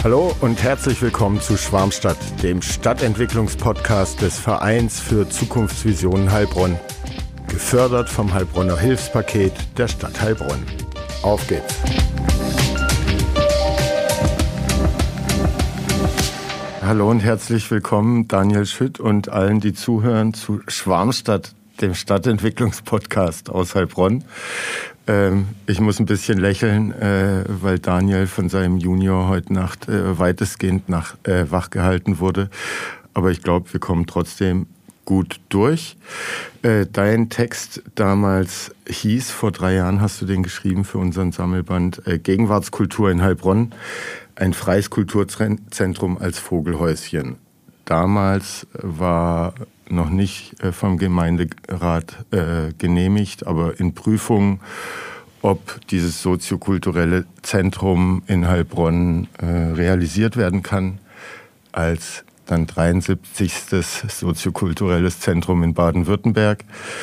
Hallo und herzlich willkommen zu Schwarmstadt, dem Stadtentwicklungspodcast des Vereins für Zukunftsvisionen Heilbronn. Gefördert vom Heilbronner Hilfspaket der Stadt Heilbronn. Auf geht's! Hallo und herzlich willkommen, Daniel Schütt und allen, die zuhören, zu Schwarmstadt, dem Stadtentwicklungspodcast aus Heilbronn. Ich muss ein bisschen lächeln, weil Daniel von seinem Junior heute Nacht weitestgehend wach gehalten wurde. Aber ich glaube, wir kommen trotzdem gut durch. Dein Text damals hieß, vor 3 Jahren hast du den geschrieben für unseren Sammelband Gegenwartskultur in Heilbronn, ein freies Kulturzentrum als Vogelhäuschen. Damals war noch nicht vom Gemeinderat genehmigt, aber in Prüfung, ob dieses soziokulturelle Zentrum in Heilbronn realisiert werden kann, als dann 73. soziokulturelles Zentrum in Baden-Württemberg.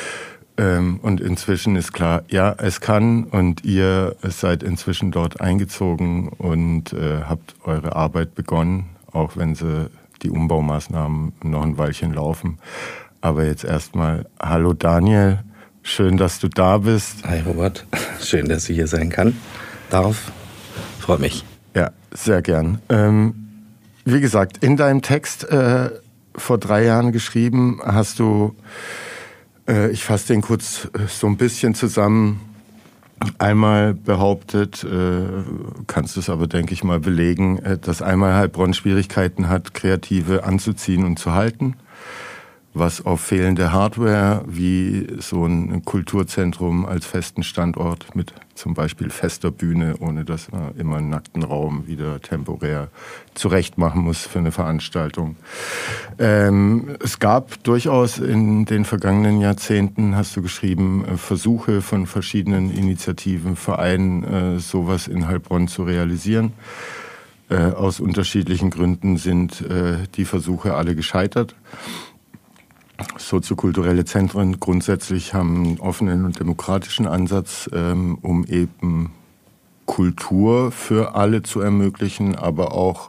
Und inzwischen ist klar, ja, es kann, und ihr seid inzwischen dort eingezogen und habt eure Arbeit begonnen, auch wenn die Umbaumaßnahmen noch ein Weilchen laufen. Aber jetzt erstmal, hallo Daniel, schön, dass du da bist. Hi Robert, schön, dass ich hier sein kann, darf, freut mich. Ja, sehr gern. Wie gesagt, in deinem Text vor 3 Jahren geschrieben, hast du, ich fasse den kurz so ein bisschen zusammen, einmal behauptet, kannst du es aber, denke ich mal, belegen, dass einmal Heilbronn Schwierigkeiten hat, Kreative anzuziehen und zu halten, was auf fehlende Hardware wie so ein Kulturzentrum als festen Standort mit zum Beispiel fester Bühne, ohne dass man immer einen nackten Raum wieder temporär zurechtmachen muss für eine Veranstaltung. Es gab durchaus in den vergangenen Jahrzehnten, hast du geschrieben, Versuche von verschiedenen Initiativen, Vereinen, sowas in Heilbronn zu realisieren. Aus unterschiedlichen Gründen sind die Versuche alle gescheitert. Soziokulturelle Zentren grundsätzlich haben einen offenen und demokratischen Ansatz, um eben Kultur für alle zu ermöglichen, aber auch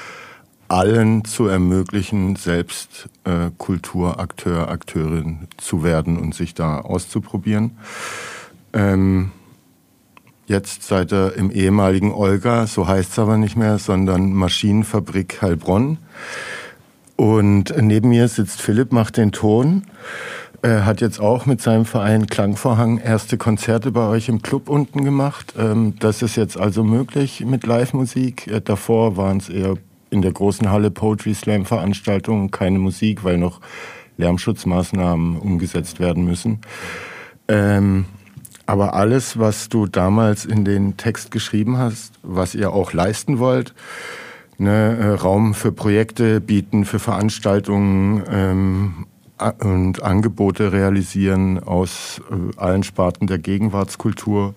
allen zu ermöglichen, selbst Kulturakteur, Akteurin zu werden und sich da auszuprobieren. Jetzt seid ihr im ehemaligen Olga, so heißt es aber nicht mehr, sondern Maschinenfabrik Heilbronn. Und neben mir sitzt Philipp, macht den Ton, hat jetzt auch mit seinem Verein Klangvorhang erste Konzerte bei euch im Club unten gemacht. Das ist jetzt also möglich mit Live-Musik. Davor waren es eher in der großen Halle Poetry Slam Veranstaltungen, keine Musik, weil noch Lärmschutzmaßnahmen umgesetzt werden müssen. Aber alles, was du damals in den Text geschrieben hast, was ihr auch leisten wollt, Raum für Projekte bieten, für Veranstaltungen und Angebote realisieren aus allen Sparten der Gegenwartskultur.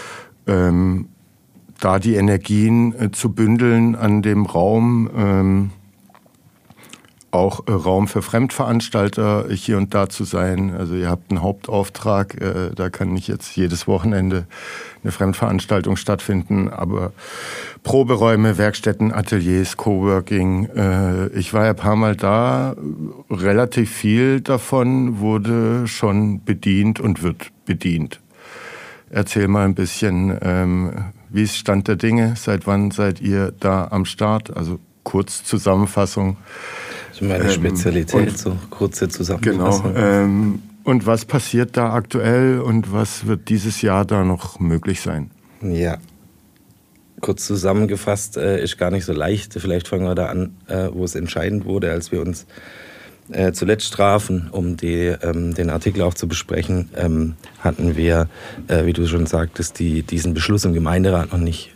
Da die Energien zu bündeln an dem Raum, auch Raum für Fremdveranstalter hier und da zu sein. Also ihr habt einen Hauptauftrag, da kann nicht jetzt jedes Wochenende eine Fremdveranstaltung stattfinden, aber Proberäume, Werkstätten, Ateliers, Coworking. Ich war ja ein paar Mal da, relativ viel davon wurde schon bedient und wird bedient. Erzähl mal ein bisschen, wie ist Stand der Dinge? Seit wann seid ihr da am Start? Also kurz Zusammenfassung. Das ist meine Spezialität, so kurze Zusammenfassung. Genau. Und was passiert da aktuell und was wird dieses Jahr da noch möglich sein? Ja, kurz zusammengefasst ist gar nicht so leicht. Vielleicht fangen wir da an, wo es entscheidend wurde, als wir uns zuletzt trafen, um den Artikel auch zu besprechen, hatten wir, wie du schon sagtest, diesen Beschluss im Gemeinderat noch nicht.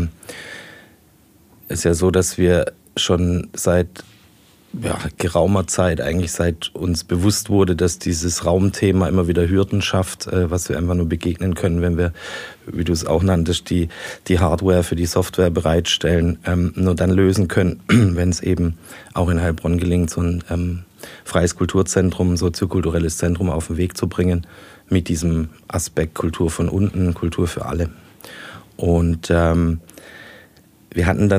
Es ist ja so, dass wir schon seit geraumer Zeit, eigentlich seit uns bewusst wurde, dass dieses Raumthema immer wieder Hürden schafft, was wir einfach nur begegnen können, wenn wir, wie du es auch nanntest, die Hardware für die Software bereitstellen, nur dann lösen können, wenn es eben auch in Heilbronn gelingt, so ein freies Kulturzentrum, soziokulturelles Zentrum auf den Weg zu bringen, mit diesem Aspekt Kultur von unten, Kultur für alle. Und wir hatten dann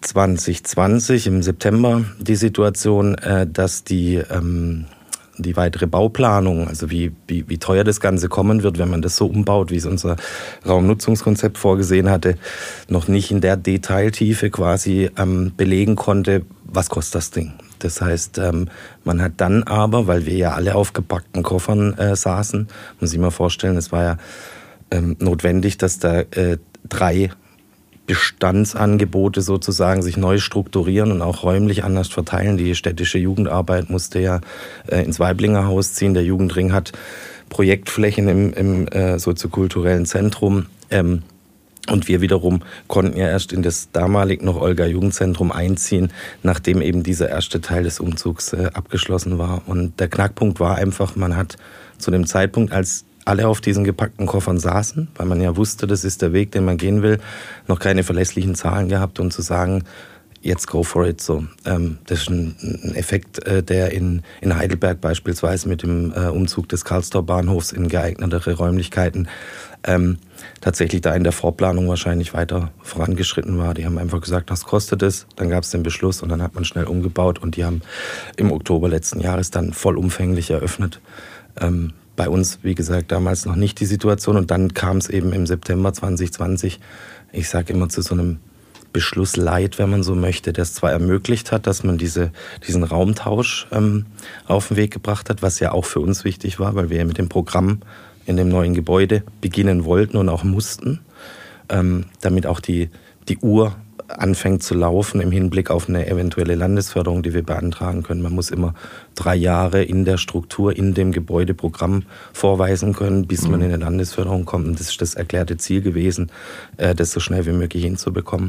2020 im September die Situation, dass die weitere Bauplanung, also wie teuer das Ganze kommen wird, wenn man das so umbaut, wie es unser Raumnutzungskonzept vorgesehen hatte, noch nicht in der Detailtiefe quasi belegen konnte, was kostet das Ding. Das heißt, man hat dann aber, weil wir ja alle auf gepackten Koffern saßen, muss ich mir vorstellen, es war ja notwendig, dass da 3 Bestandsangebote sozusagen sich neu strukturieren und auch räumlich anders verteilen. Die städtische Jugendarbeit musste ja ins Weiblinger Haus ziehen. Der Jugendring hat Projektflächen im soziokulturellen Zentrum. Und wir wiederum konnten ja erst in das damalig noch Olga-Jugendzentrum einziehen, nachdem eben dieser erste Teil des Umzugs abgeschlossen war. Und der Knackpunkt war einfach, man hat zu dem Zeitpunkt, als alle auf diesen gepackten Koffern saßen, weil man ja wusste, das ist der Weg, den man gehen will, noch keine verlässlichen Zahlen gehabt, um zu sagen, jetzt go for it. So, das ist ein Effekt, der in Heidelberg beispielsweise mit dem Umzug des Karlstor-Bahnhofs in geeignetere Räumlichkeiten tatsächlich da in der Vorplanung wahrscheinlich weiter vorangeschritten war. Die haben einfach gesagt, was kostet es? Dann gab es den Beschluss und dann hat man schnell umgebaut und die haben im Oktober letzten Jahres dann vollumfänglich eröffnet. Bei uns, wie gesagt, damals noch nicht die Situation und dann kam es eben im September 2020, ich sage immer zu so einem Beschluss Light, wenn man so möchte, der es zwar ermöglicht hat, dass man diesen Raumtausch auf den Weg gebracht hat, was ja auch für uns wichtig war, weil wir ja mit dem Programm in dem neuen Gebäude beginnen wollten und auch mussten, damit auch die Uhr anfängt zu laufen im Hinblick auf eine eventuelle Landesförderung, die wir beantragen können. Man muss immer 3 Jahre in der Struktur, in dem Gebäudeprogramm vorweisen können, bis man in eine Landesförderung kommt. Und das ist das erklärte Ziel gewesen, das so schnell wie möglich hinzubekommen.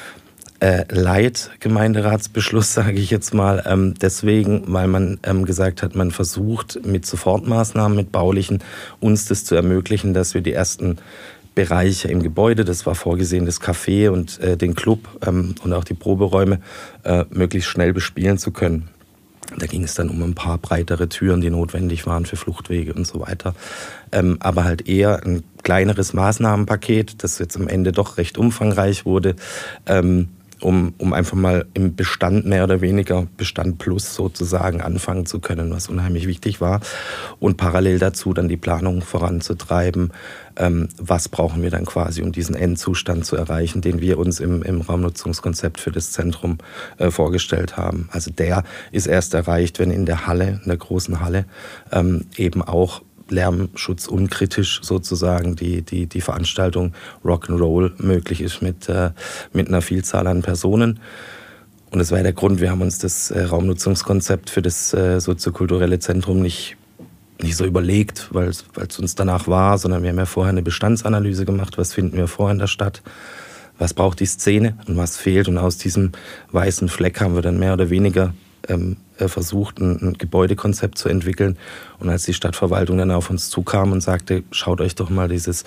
Gemeindeраtsbeschluss, sage ich jetzt mal, deswegen, weil man gesagt hat, man versucht mit Sofortmaßnahmen, mit baulichen, uns das zu ermöglichen, dass wir die ersten Bereiche im Gebäude, das war vorgesehen, das Café und den Club und auch die Proberäume, möglichst schnell bespielen zu können. Da ging es dann um ein paar breitere Türen, die notwendig waren für Fluchtwege und so weiter. Aber halt eher ein kleineres Maßnahmenpaket, das jetzt am Ende doch recht umfangreich wurde, um einfach mal im Bestand mehr oder weniger, Bestand plus sozusagen, anfangen zu können, was unheimlich wichtig war. Und parallel dazu dann die Planung voranzutreiben. Was brauchen wir dann quasi, um diesen Endzustand zu erreichen, den wir uns im Raumnutzungskonzept für das Zentrum vorgestellt haben. Also der ist erst erreicht, wenn in der Halle, in der großen Halle, eben auch Lärmschutz unkritisch sozusagen die Veranstaltung Rock'n'Roll möglich ist mit einer Vielzahl an Personen. Und das war der Grund, wir haben uns das Raumnutzungskonzept für das soziokulturelle Zentrum nicht so überlegt, weil es uns danach war, sondern wir haben ja vorher eine Bestandsanalyse gemacht, was finden wir vor in der Stadt, was braucht die Szene und was fehlt. Und aus diesem weißen Fleck haben wir dann mehr oder weniger versucht, ein Gebäudekonzept zu entwickeln. Und als die Stadtverwaltung dann auf uns zukam und sagte, schaut euch doch mal dieses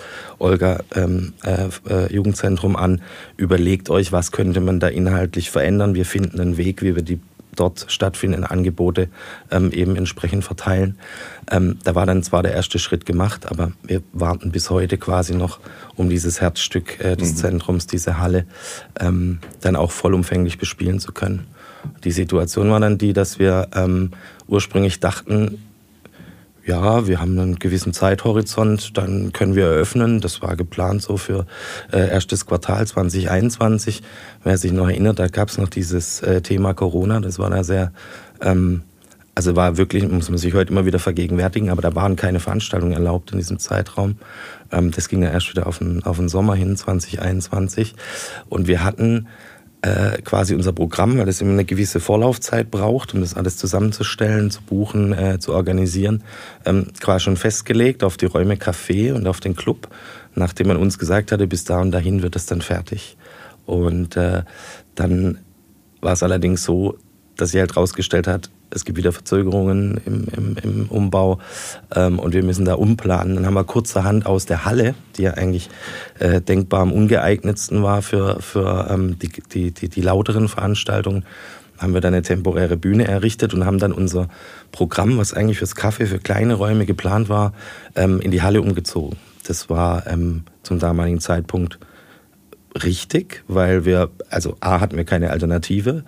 Olga-Jugendzentrum an, überlegt euch, was könnte man da inhaltlich verändern. Wir finden einen Weg, wie wir die dort stattfindenden Angebote eben entsprechend verteilen. Da war dann zwar der erste Schritt gemacht, aber wir warten bis heute quasi noch, um dieses Herzstück des Zentrums, diese Halle, dann auch vollumfänglich bespielen zu können. Die Situation war dann die, dass wir ursprünglich dachten, ja, wir haben einen gewissen Zeithorizont, dann können wir eröffnen. Das war geplant so für erstes Quartal 2021. Wer sich noch erinnert, da gab es noch dieses Thema Corona. Das war da sehr, also war wirklich, muss man sich heute immer wieder vergegenwärtigen, aber da waren keine Veranstaltungen erlaubt in diesem Zeitraum. Das ging dann erst wieder auf den Sommer hin, 2021. Und wir hatten quasi unser Programm, weil es immer eine gewisse Vorlaufzeit braucht, um das alles zusammenzustellen, zu buchen, zu organisieren, quasi schon festgelegt auf die Räume Café und auf den Club, nachdem man uns gesagt hatte, bis da und dahin wird es dann fertig. Und dann war es allerdings so, dass sich halt rausgestellt hat, es gibt wieder Verzögerungen im Umbau und wir müssen da umplanen. Dann haben wir kurzerhand aus der Halle, die ja eigentlich denkbar am ungeeignetsten war für die lauteren Veranstaltungen, haben wir dann eine temporäre Bühne errichtet und haben dann unser Programm, was eigentlich fürs Café, für kleine Räume geplant war, in die Halle umgezogen. Das war zum damaligen Zeitpunkt richtig, weil wir, also A, hatten wir keine Alternative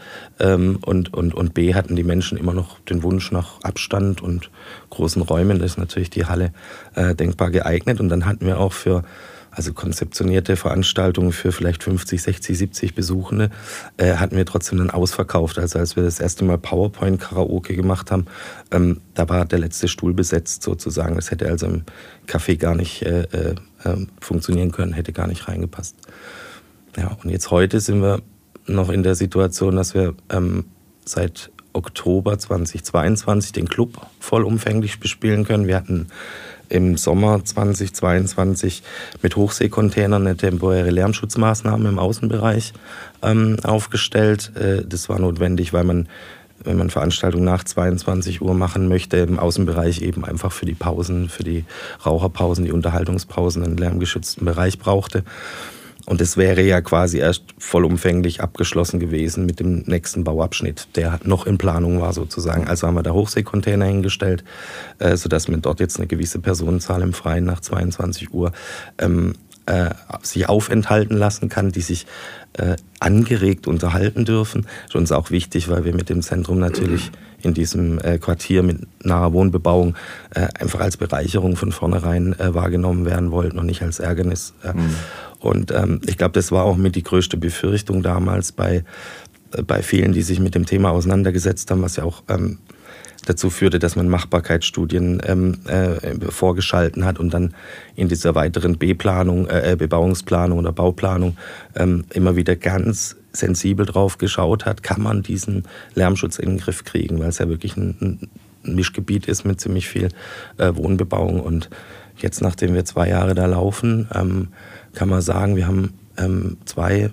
und B, hatten die Menschen immer noch den Wunsch nach Abstand und großen Räumen. Das ist natürlich die Halle denkbar geeignet. Und dann hatten wir auch für konzeptionierte Veranstaltungen für vielleicht 50, 60, 70 Besuchende, hatten wir trotzdem dann ausverkauft. Also als wir das erste Mal PowerPoint-Karaoke gemacht haben, da war der letzte Stuhl besetzt sozusagen. Das hätte also im Café gar nicht funktionieren können, hätte gar nicht reingepasst. Ja, und jetzt heute sind wir noch in der Situation, dass wir seit Oktober 2022 den Club vollumfänglich bespielen können. Wir hatten im Sommer 2022 mit Hochseekontainern eine temporäre Lärmschutzmaßnahme im Außenbereich aufgestellt. Das war notwendig, weil man, wenn man Veranstaltungen nach 22 Uhr machen möchte, im Außenbereich eben einfach für die Pausen, für die Raucherpausen, die Unterhaltungspausen einen lärmgeschützten Bereich brauchte. Und es wäre ja quasi erst vollumfänglich abgeschlossen gewesen mit dem nächsten Bauabschnitt, der noch in Planung war sozusagen. Also haben wir da Hochseekontainer hingestellt, sodass man dort jetzt eine gewisse Personenzahl im Freien nach 22 Uhr sich aufenthalten lassen kann, die sich angeregt unterhalten dürfen. Das ist uns auch wichtig, weil wir mit dem Zentrum natürlich in diesem Quartier mit naher Wohnbebauung einfach als Bereicherung von vornherein wahrgenommen werden wollten und nicht als Ärgernis. Und ich glaube, das war auch mit die größte Befürchtung damals bei vielen, die sich mit dem Thema auseinandergesetzt haben, was ja auch dazu führte, dass man Machbarkeitsstudien vorgeschalten hat und dann in dieser weiteren Bebauungsplanung oder Bauplanung immer wieder ganz sensibel drauf geschaut hat, kann man diesen Lärmschutz in den Griff kriegen, weil es ja wirklich ein Mischgebiet ist mit ziemlich viel Wohnbebauung. Und jetzt, nachdem wir 2 Jahre da laufen, kann man sagen, wir haben 2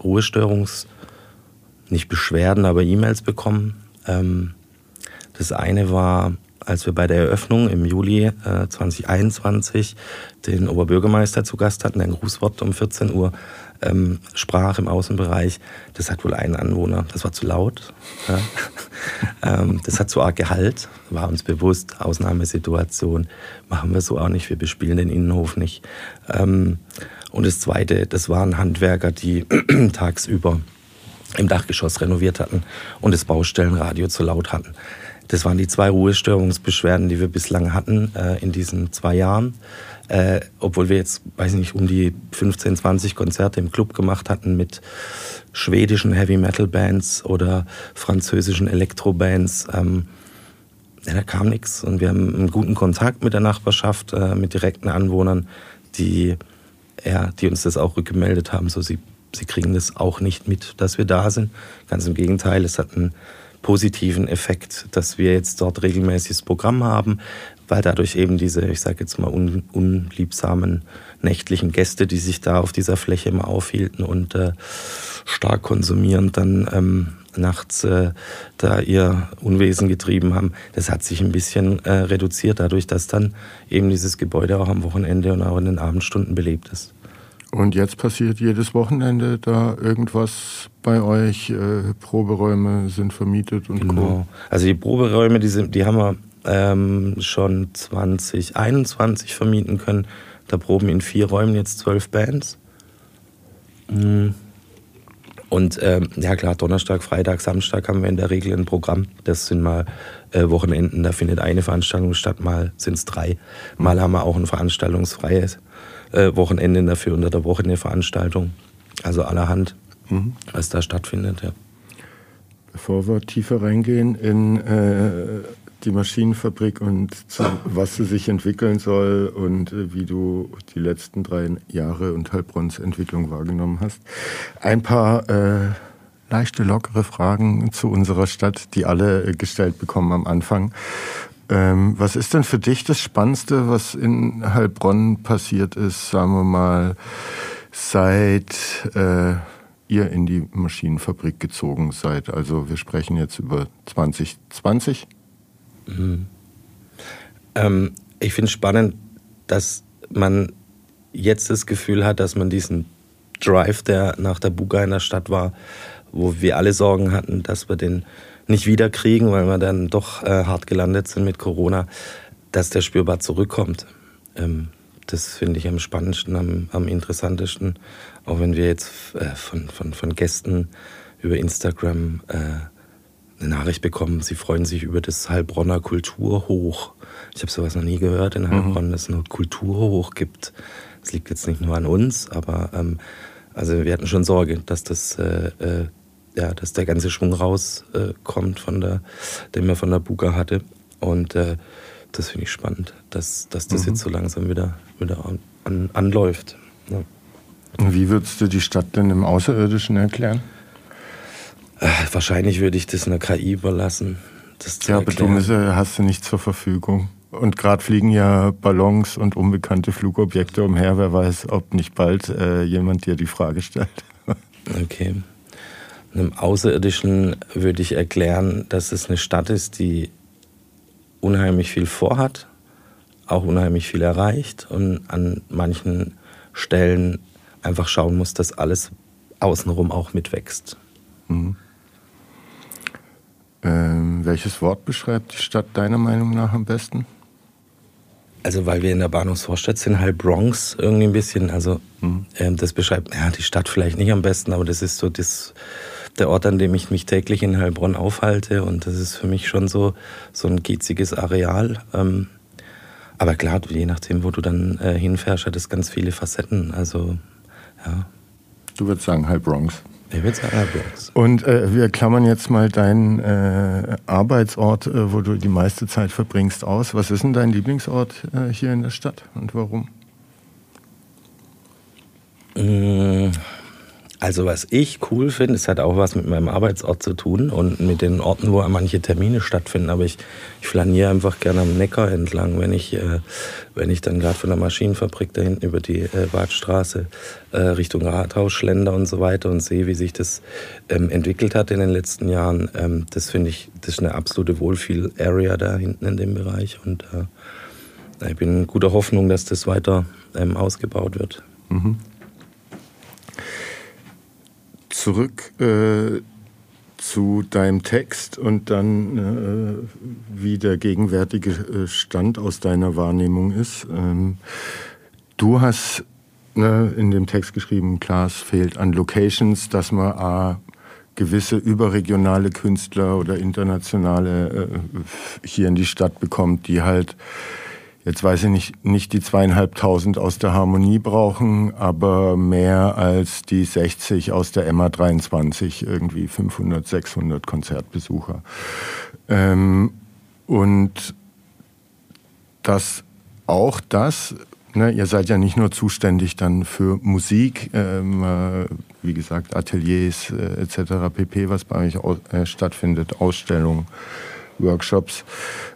nicht Beschwerden, aber E-Mails bekommen. Das eine war, als wir bei der Eröffnung im Juli 2021 den Oberbürgermeister zu Gast hatten, der ein Grußwort um 14 Uhr sprach im Außenbereich. Das hat wohl ein Anwohner, das war zu laut. Ja. Das hat zu arg Gehalt, war uns bewusst, Ausnahmesituation, machen wir so auch nicht, wir bespielen den Innenhof nicht. Und das Zweite, das waren Handwerker, die tagsüber im Dachgeschoss renoviert hatten und das Baustellenradio zu laut hatten. Das waren die 2 Ruhestörungsbeschwerden, die wir bislang hatten in diesen 2 Jahren. Obwohl wir jetzt, weiß ich nicht, um die 15, 20 Konzerte im Club gemacht hatten mit schwedischen Heavy-Metal-Bands oder französischen Elektro-Bands. Da kam nichts und wir haben einen guten Kontakt mit der Nachbarschaft, mit direkten Anwohnern, die uns das auch rückgemeldet haben. So, sie kriegen das auch nicht mit, dass wir da sind. Ganz im Gegenteil, es hat einen positiven Effekt, dass wir jetzt dort regelmäßiges Programm haben, weil dadurch eben diese, ich sage jetzt mal, unliebsamen nächtlichen Gäste, die sich da auf dieser Fläche immer aufhielten und stark konsumierend dann nachts da ihr Unwesen getrieben haben, das hat sich ein bisschen reduziert, dadurch, dass dann eben dieses Gebäude auch am Wochenende und auch in den Abendstunden belebt ist. Und jetzt passiert jedes Wochenende da irgendwas bei euch? Proberäume sind vermietet und genau. Co. Also die Proberäume, die haben wir schon 2021 vermieten können. Da proben in 4 Räumen jetzt 12 Bands. Und ja klar, Donnerstag, Freitag, Samstag haben wir in der Regel ein Programm. Das sind mal Wochenenden, da findet eine Veranstaltung statt, mal sind es 3. Mal haben wir auch ein veranstaltungsfreies Wochenende dafür unter der Woche eine Veranstaltung. Also allerhand, was da stattfindet, ja. Bevor wir tiefer reingehen in die Maschinenfabrik und zu was sie sich entwickeln soll und wie du die letzten 3 Jahre und Heilbronns Entwicklung wahrgenommen hast, ein paar leichte, lockere Fragen zu unserer Stadt, die alle gestellt bekommen am Anfang. Was ist denn für dich das Spannendste, was in Heilbronn passiert ist, sagen wir mal, seit ihr in die Maschinenfabrik gezogen seid? Also wir sprechen jetzt über 2020. Ich finde es spannend, dass man jetzt das Gefühl hat, dass man diesen Drive, der nach der Buga in der Stadt war, wo wir alle Sorgen hatten, dass wir den nicht wiederkriegen, weil wir dann doch hart gelandet sind mit Corona, dass der spürbar zurückkommt. Das finde ich am spannendsten, am interessantesten. Auch wenn wir jetzt von Gästen über Instagram eine Nachricht bekommen, sie freuen sich über das Heilbronner Kulturhoch. Ich habe sowas noch nie gehört in Heilbronn, dass es noch Kulturhoch gibt. Das liegt jetzt nicht nur an uns, aber also wir hatten schon Sorge, dass dass der ganze Schwung rauskommt, den man von der Buga hatte. Und das finde ich spannend, dass das jetzt so langsam wieder anläuft. Ja. Wie würdest du die Stadt denn im Außerirdischen erklären? Wahrscheinlich würde ich das einer KI überlassen. Das zu erklären. Aber du hast du nicht zur Verfügung. Und gerade fliegen ja Ballons und unbekannte Flugobjekte umher. Wer weiß, ob nicht bald jemand dir die Frage stellt. Okay. Einem Außerirdischen würde ich erklären, dass es eine Stadt ist, die unheimlich viel vorhat, auch unheimlich viel erreicht und an manchen Stellen einfach schauen muss, dass alles außenrum auch mitwächst. Mhm. Welches Wort beschreibt die Stadt deiner Meinung nach am besten? Also weil wir in der Bahnhofsvorstadt sind, halb Bronx irgendwie ein bisschen. Also das beschreibt die Stadt vielleicht nicht am besten, aber das ist so der Ort, an dem ich mich täglich in Heilbronn aufhalte. Und das ist für mich schon so ein kieziges Areal. Aber klar, je nachdem, wo du dann hinfährst, hat es ganz viele Facetten. Also ja. Du würdest sagen halb Bronx. Ich würde sagen halb Bronx. Und wir klammern jetzt mal deinen Arbeitsort, wo du die meiste Zeit verbringst, aus. Was ist denn dein Lieblingsort hier in der Stadt und warum? Also was ich cool finde, es hat auch was mit meinem Arbeitsort zu tun und mit den Orten, wo manche Termine stattfinden. Aber ich flaniere einfach gerne am Neckar entlang, wenn ich dann gerade von der Maschinenfabrik da hinten über die Wadstraße Richtung Rathaus schlender und so weiter und sehe, wie sich das entwickelt hat in den letzten Jahren. Das finde ich, das ist eine absolute Wohlfühl-Area da hinten in dem Bereich. Und ich bin in guter Hoffnung, dass das weiter ausgebaut wird. Mhm. Zurück zu deinem Text und dann, wie der gegenwärtige Stand aus deiner Wahrnehmung ist. Du hast in dem Text geschrieben, klar, es fehlt an Locations, dass man gewisse überregionale Künstler oder internationale hier in die Stadt bekommt, die halt, jetzt weiß ich nicht die 2.500 aus der Harmonie brauchen, aber mehr als die 60 aus der MA23, irgendwie 500, 600 Konzertbesucher. Und das, ihr seid ja nicht nur zuständig dann für Musik, wie gesagt, Ateliers etc. pp., was bei euch stattfindet, Ausstellungen, Workshops.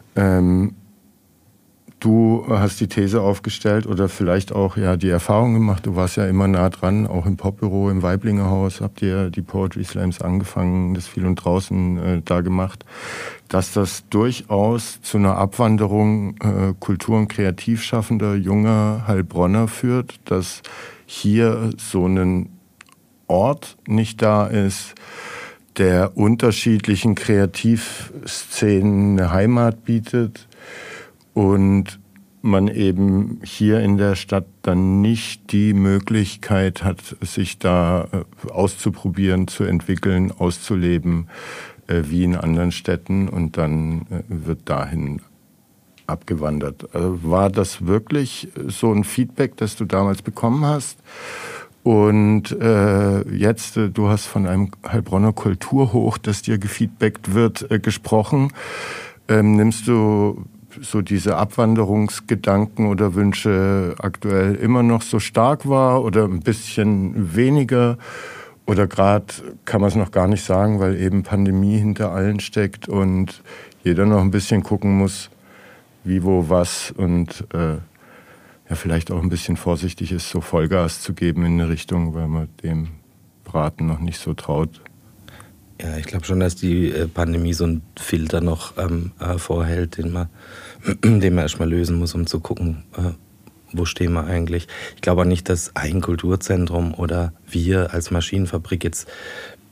Du hast die These aufgestellt oder vielleicht auch die Erfahrung gemacht, du warst ja immer nah dran, auch im Popbüro, im Weiblinger Haus, habt ihr die Poetry Slams angefangen, das viel und draußen da gemacht, dass das durchaus zu einer Abwanderung Kultur- und Kreativschaffender junger Heilbronner führt, dass hier so ein Ort nicht da ist, der unterschiedlichen Kreativszenen eine Heimat bietet, und man eben hier in der Stadt dann nicht die Möglichkeit hat, sich da auszuprobieren, zu entwickeln, auszuleben, wie in anderen Städten, und dann wird dahin abgewandert. Also war das wirklich so ein Feedback, das du damals bekommen hast? Und jetzt, du hast von einem Heilbronner Kulturhoch, das dir gefeedbackt wird, gesprochen. Nimmst du so diese Abwanderungsgedanken oder Wünsche aktuell immer noch so stark wahr oder ein bisschen weniger? Oder gerade kann man es noch gar nicht sagen, weil eben Pandemie hinter allen steckt und jeder noch ein bisschen gucken muss, wie, wo, was, und vielleicht auch ein bisschen vorsichtig ist, so Vollgas zu geben in eine Richtung, weil man dem Braten noch nicht so traut. Ja, ich glaube schon, dass die Pandemie so einen Filter noch vorhält, den man erstmal lösen muss, um zu gucken, wo stehen wir eigentlich. Ich glaube auch nicht, dass ein Kulturzentrum oder wir als Maschinenfabrik jetzt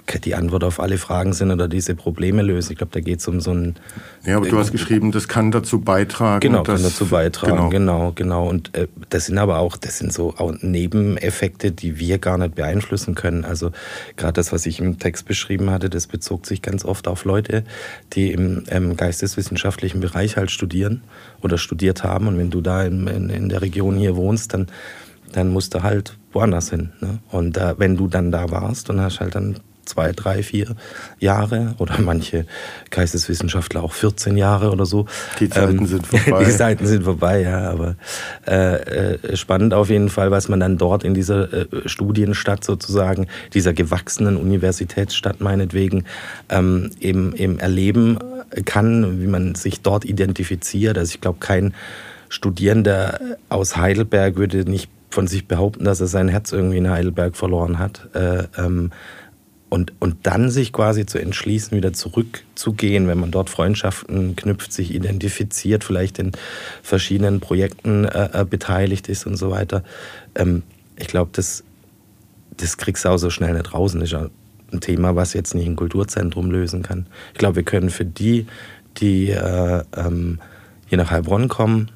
die Antwort auf alle Fragen sind oder diese Probleme lösen. Ich glaube, da geht es um so ein... Ja, aber du hast geschrieben, das kann dazu beitragen. Genau, kann dazu beitragen, genau. Und das sind aber auch, so auch Nebeneffekte, die wir gar nicht beeinflussen können. Also gerade das, was ich im Text beschrieben hatte, das bezog sich ganz oft auf Leute, die im geisteswissenschaftlichen Bereich halt studieren oder studiert haben. Und wenn du da in der Region hier wohnst, dann musst du halt woanders hin. Ne? Und wenn du dann da warst und hast halt dann 2, 3, 4 Jahre oder manche Geisteswissenschaftler auch 14 Jahre oder so. Die Zeiten sind vorbei. Die Zeiten sind vorbei, ja, aber spannend auf jeden Fall, was man dann dort in dieser Studienstadt sozusagen, dieser gewachsenen Universitätsstadt meinetwegen, eben erleben kann, wie man sich dort identifiziert. Also ich glaube, kein Studierender aus Heidelberg würde nicht von sich behaupten, dass er sein Herz irgendwie in Heidelberg verloren hat. Und dann sich quasi zu entschließen, wieder zurückzugehen, wenn man dort Freundschaften knüpft, sich identifiziert, vielleicht in verschiedenen Projekten beteiligt ist und so weiter. Ich glaube, das kriegst du auch so schnell nicht raus. Das ist ja ein Thema, was jetzt nicht ein Kulturzentrum lösen kann. Ich glaube, wir können für die hier nach Heilbronn kommen,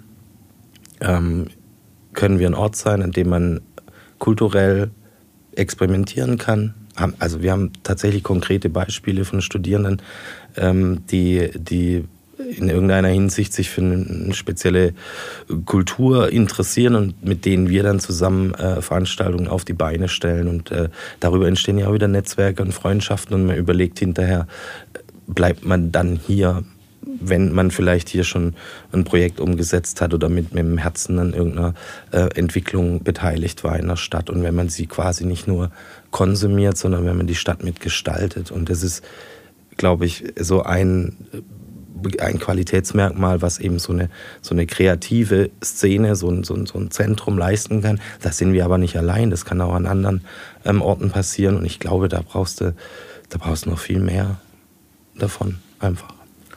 können wir ein Ort sein, an dem man kulturell experimentieren kann. Also wir haben tatsächlich konkrete Beispiele von Studierenden, die in irgendeiner Hinsicht sich für eine spezielle Kultur interessieren und mit denen wir dann zusammen Veranstaltungen auf die Beine stellen. Und darüber entstehen ja auch wieder Netzwerke und Freundschaften und man überlegt hinterher, bleibt man dann hier, wenn man vielleicht hier schon ein Projekt umgesetzt hat oder mit dem Herzen an irgendeiner Entwicklung beteiligt war in der Stadt und wenn man sie quasi nicht nur konsumiert, sondern wenn man die Stadt mitgestaltet. Und das ist, glaube ich, so ein Qualitätsmerkmal, was eben so eine kreative Szene, so ein Zentrum leisten kann. Da sind wir aber nicht allein, das kann auch an anderen Orten passieren und ich glaube, da brauchst du noch viel mehr davon einfach.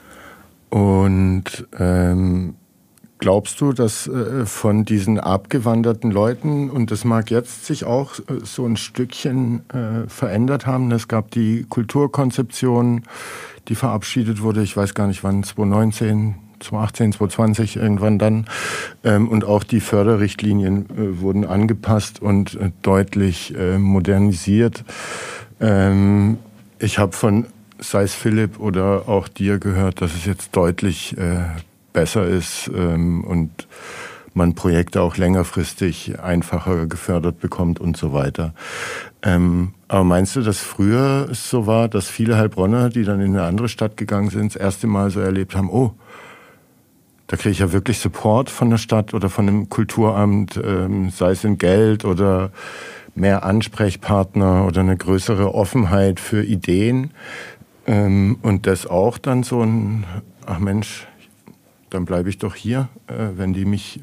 Und glaubst du, dass von diesen abgewanderten Leuten, und das mag jetzt sich auch so ein Stückchen verändert haben, es gab die Kulturkonzeption, die verabschiedet wurde, ich weiß gar nicht wann, 2019, 2018, 2020, irgendwann dann, und auch die Förderrichtlinien wurden angepasst und deutlich modernisiert. Ich habe von sei es Philipp oder auch dir gehört, dass es jetzt deutlich besser ist und man Projekte auch längerfristig einfacher gefördert bekommt und so weiter. Aber meinst du, dass früher es so war, dass viele Heilbronner, die dann in eine andere Stadt gegangen sind, das erste Mal so erlebt haben, oh, da kriege ich ja wirklich Support von der Stadt oder von dem Kulturamt, sei es in Geld oder mehr Ansprechpartner oder eine größere Offenheit für Ideen? Und das auch dann so ein, ach Mensch, dann bleibe ich doch hier, wenn die mich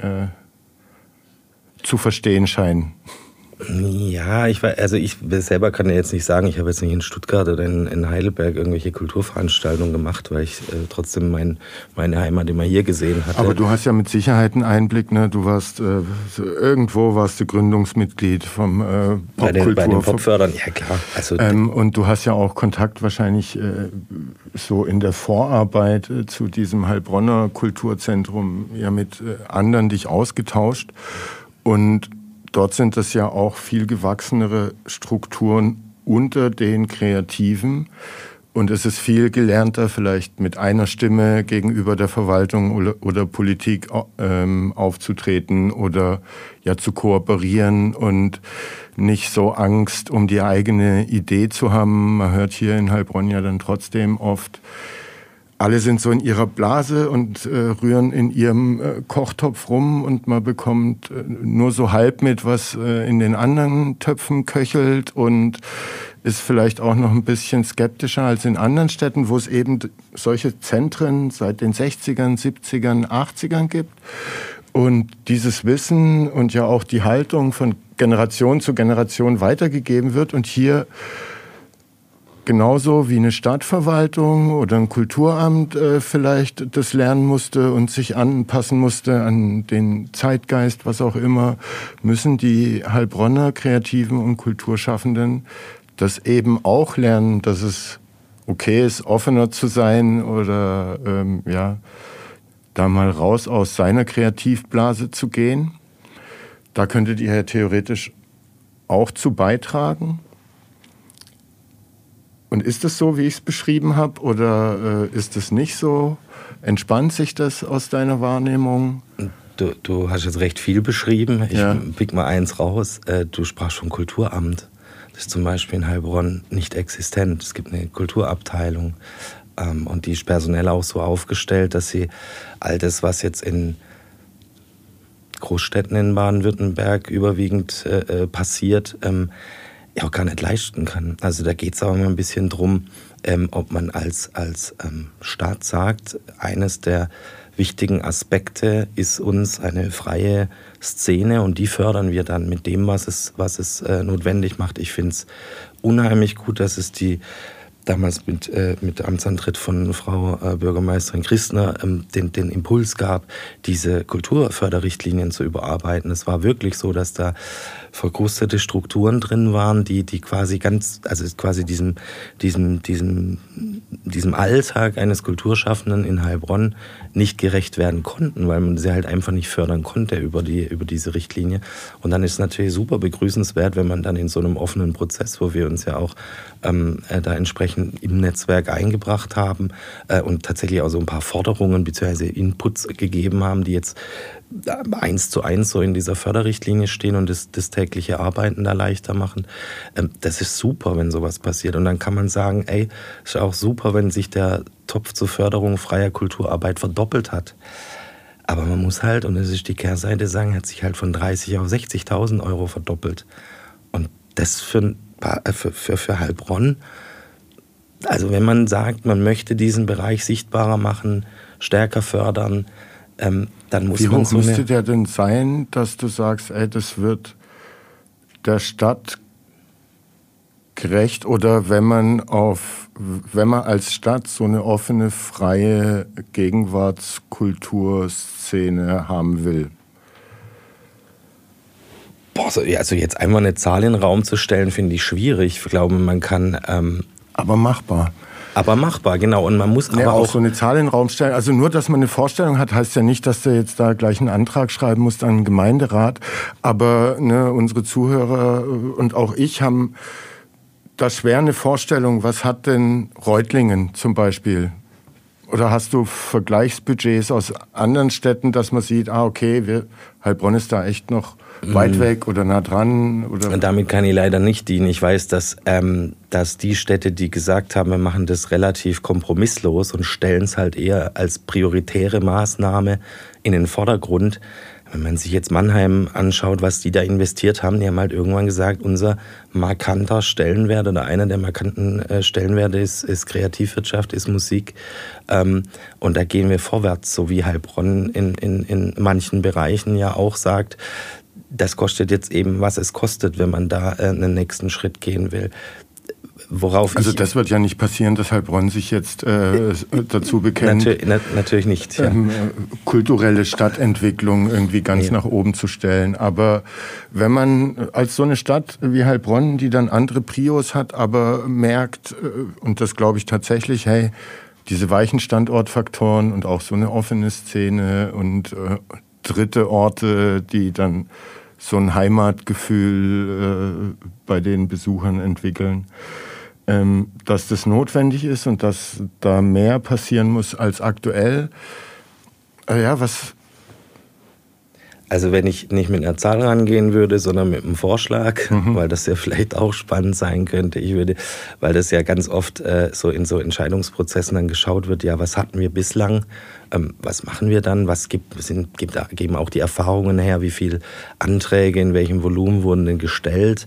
zu verstehen scheinen. Ja, ich selber kann ja jetzt nicht sagen, ich habe jetzt nicht in Stuttgart oder in Heidelberg irgendwelche Kulturveranstaltungen gemacht, weil ich trotzdem meine Heimat immer hier gesehen hatte. Aber du hast ja mit Sicherheit einen Einblick, ne? Du warst irgendwo warst du Gründungsmitglied vom Popkultur. Bei den Popfördern, ja klar. Also, und du hast ja auch Kontakt wahrscheinlich so in der Vorarbeit zu diesem Heilbronner Kulturzentrum ja mit anderen dich ausgetauscht und dort sind das ja auch viel gewachsenere Strukturen unter den Kreativen und es ist viel gelernter, vielleicht mit einer Stimme gegenüber der Verwaltung oder Politik aufzutreten oder ja zu kooperieren und nicht so Angst um die eigene Idee zu haben. Man hört hier in Heilbronn ja dann trotzdem oft, alle sind so in ihrer Blase und rühren in ihrem Kochtopf rum und man bekommt nur so halb mit, was in den anderen Töpfen köchelt und ist vielleicht auch noch ein bisschen skeptischer als in anderen Städten, wo es eben solche Zentren seit den 60ern, 70ern, 80ern gibt. Und dieses Wissen und ja auch die Haltung von Generation zu Generation weitergegeben wird und hier genauso wie eine Stadtverwaltung oder ein Kulturamt vielleicht das lernen musste und sich anpassen musste an den Zeitgeist, was auch immer, müssen die Heilbronner Kreativen und Kulturschaffenden das eben auch lernen, dass es okay ist, offener zu sein oder da mal raus aus seiner Kreativblase zu gehen. Da könntet ihr ja theoretisch auch zu beitragen. Und ist es so, wie ich es beschrieben habe, oder ist es nicht so? Entspannt sich das aus deiner Wahrnehmung? Du hast jetzt recht viel beschrieben. Ich pick mal eins raus. Du sprachst vom Kulturamt. Das ist zum Beispiel in Heilbronn nicht existent. Es gibt eine Kulturabteilung und die ist personell auch so aufgestellt, dass sie all das, was jetzt in Großstädten in Baden-Württemberg überwiegend passiert, auch gar nicht leisten kann. Also da geht es aber mal ein bisschen drum, ob man als Staat sagt, eines der wichtigen Aspekte ist uns eine freie Szene und die fördern wir dann mit dem, was es notwendig macht. Ich finde es unheimlich gut, dass es die damals mit Amtsantritt von Frau Bürgermeisterin Christner den Impuls gab, diese Kulturförderrichtlinien zu überarbeiten. Es war wirklich so, dass da verkrustete Strukturen drin waren, die quasi diesem Alltag eines Kulturschaffenden in Heilbronn nicht gerecht werden konnten, weil man sie halt einfach nicht fördern konnte über diese Richtlinie. Und dann ist es natürlich super begrüßenswert, wenn man dann in so einem offenen Prozess, wo wir uns ja auch da entsprechend im Netzwerk eingebracht haben und tatsächlich auch so ein paar Forderungen bzw. Inputs gegeben haben, die jetzt 1:1 so in dieser Förderrichtlinie stehen und das tägliche Arbeiten da leichter machen. Das ist super, wenn sowas passiert. Und dann kann man sagen, ist auch super, wenn sich der Topf zur Förderung freier Kulturarbeit verdoppelt hat. Aber man muss halt, und das ist die Kehrseite, sagen, hat sich halt von 30 auf 60.000 Euro verdoppelt. Und das für Heilbronn, also wenn man sagt, man möchte diesen Bereich sichtbarer machen, stärker fördern, dann muss man so. Wie hoch müsste der denn sein, dass du sagst, das wird der Stadt gerecht, oder wenn man als Stadt so eine offene, freie Gegenwartskulturszene haben will? Also jetzt einmal eine Zahl in den Raum zu stellen, finde ich schwierig. Ich glaube, man kann. Aber machbar. Aber machbar, genau. Und man muss aber auch so eine Zahl in den Raum stellen. Also nur, dass man eine Vorstellung hat, heißt ja nicht, dass du jetzt da gleich einen Antrag schreiben musst an den Gemeinderat. Aber unsere Zuhörer und auch ich haben da schwer eine Vorstellung. Was hat denn Reutlingen zum Beispiel? Oder hast du Vergleichsbudgets aus anderen Städten, dass man sieht, okay, Heilbronn ist da echt noch weit weg oder nah dran? Oder? Damit kann ich leider nicht dienen. Ich weiß, dass die Städte, die gesagt haben, wir machen das relativ kompromisslos und stellen es halt eher als prioritäre Maßnahme in den Vordergrund. Wenn man sich jetzt Mannheim anschaut, was die da investiert haben, die haben halt irgendwann gesagt, unser markanter Stellenwert oder einer der markanten Stellenwerte ist Kreativwirtschaft, ist Musik. Und da gehen wir vorwärts, so wie Heilbronn in manchen Bereichen ja auch sagt, das kostet jetzt eben, was es kostet, wenn man da einen nächsten Schritt gehen will. Also das wird ja nicht passieren, dass Heilbronn sich jetzt dazu bekennt, natürlich nicht, ja. Kulturelle Stadtentwicklung irgendwie ganz nach oben zu stellen. Aber wenn man als so eine Stadt wie Heilbronn, die dann andere Prios hat, aber merkt, und das glaube ich tatsächlich, diese weichen Standortfaktoren und auch so eine offene Szene und dritte Orte, die dann so ein Heimatgefühl bei den Besuchern entwickeln, dass das notwendig ist und dass da mehr passieren muss als aktuell. Was? Also wenn ich nicht mit einer Zahl rangehen würde, sondern mit einem Vorschlag, weil das ja vielleicht auch spannend sein könnte, weil das ja ganz oft so in so Entscheidungsprozessen dann geschaut wird, was hatten wir bislang, was machen wir dann, geben auch die Erfahrungen her, wie viele Anträge, in welchem Volumen wurden denn gestellt.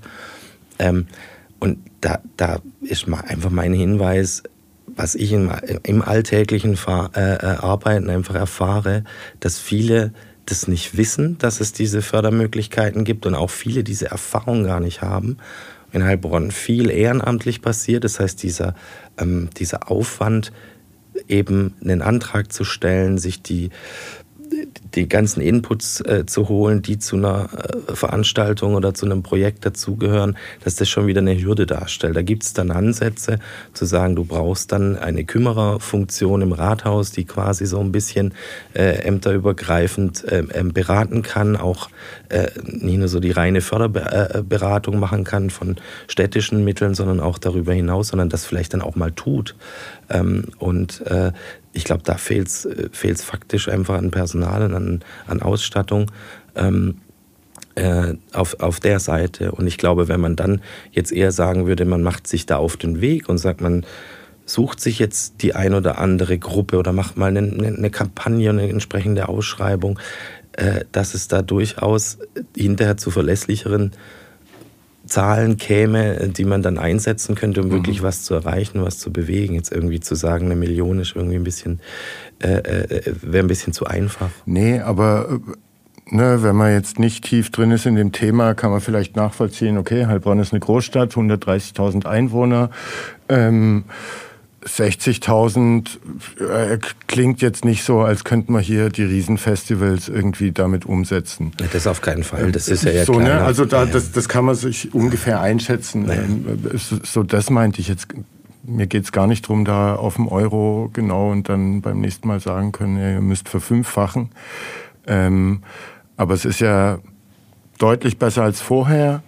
Und da ist mal einfach mein Hinweis, was ich im alltäglichen Arbeiten einfach erfahre, dass viele das nicht wissen, dass es diese Fördermöglichkeiten gibt und auch viele diese Erfahrung gar nicht haben. In Heilbronn viel ehrenamtlich passiert, das heißt dieser Aufwand, eben einen Antrag zu stellen, sich die ganzen Inputs zu holen, die zu einer Veranstaltung oder zu einem Projekt dazugehören, dass das schon wieder eine Hürde darstellt. Da gibt es dann Ansätze zu sagen, du brauchst dann eine Kümmererfunktion im Rathaus, die quasi so ein bisschen ämterübergreifend beraten kann, auch nicht nur so die reine Förderberatung machen kann von städtischen Mitteln, sondern auch darüber hinaus, sondern das vielleicht dann auch mal tut. Ich glaube, da fehlt es faktisch einfach an Personal und an Ausstattung auf der Seite. Und ich glaube, wenn man dann jetzt eher sagen würde, man macht sich da auf den Weg und sagt, man sucht sich jetzt die ein oder andere Gruppe oder macht mal eine Kampagne, eine entsprechende Ausschreibung, dass es da durchaus hinterher zu verlässlicheren Zahlen käme, die man dann einsetzen könnte, um wirklich was zu erreichen, was zu bewegen. Jetzt irgendwie zu sagen, 1 Million ist irgendwie ein bisschen, wäre ein bisschen zu einfach. Nee, aber wenn man jetzt nicht tief drin ist in dem Thema, kann man vielleicht nachvollziehen, okay, Heilbronn ist eine Großstadt, 130.000 Einwohner, 60.000 klingt jetzt nicht so, als könnten wir hier die Riesenfestivals irgendwie damit umsetzen. Ja, das auf keinen Fall, das ist ja so, klar. Ne? Also das kann man sich ungefähr einschätzen. Naja. So, das meinte ich jetzt. Mir geht es gar nicht darum, da auf dem Euro genau und dann beim nächsten Mal sagen können, ihr müsst verfünffachen. Aber es ist ja deutlich besser als vorher.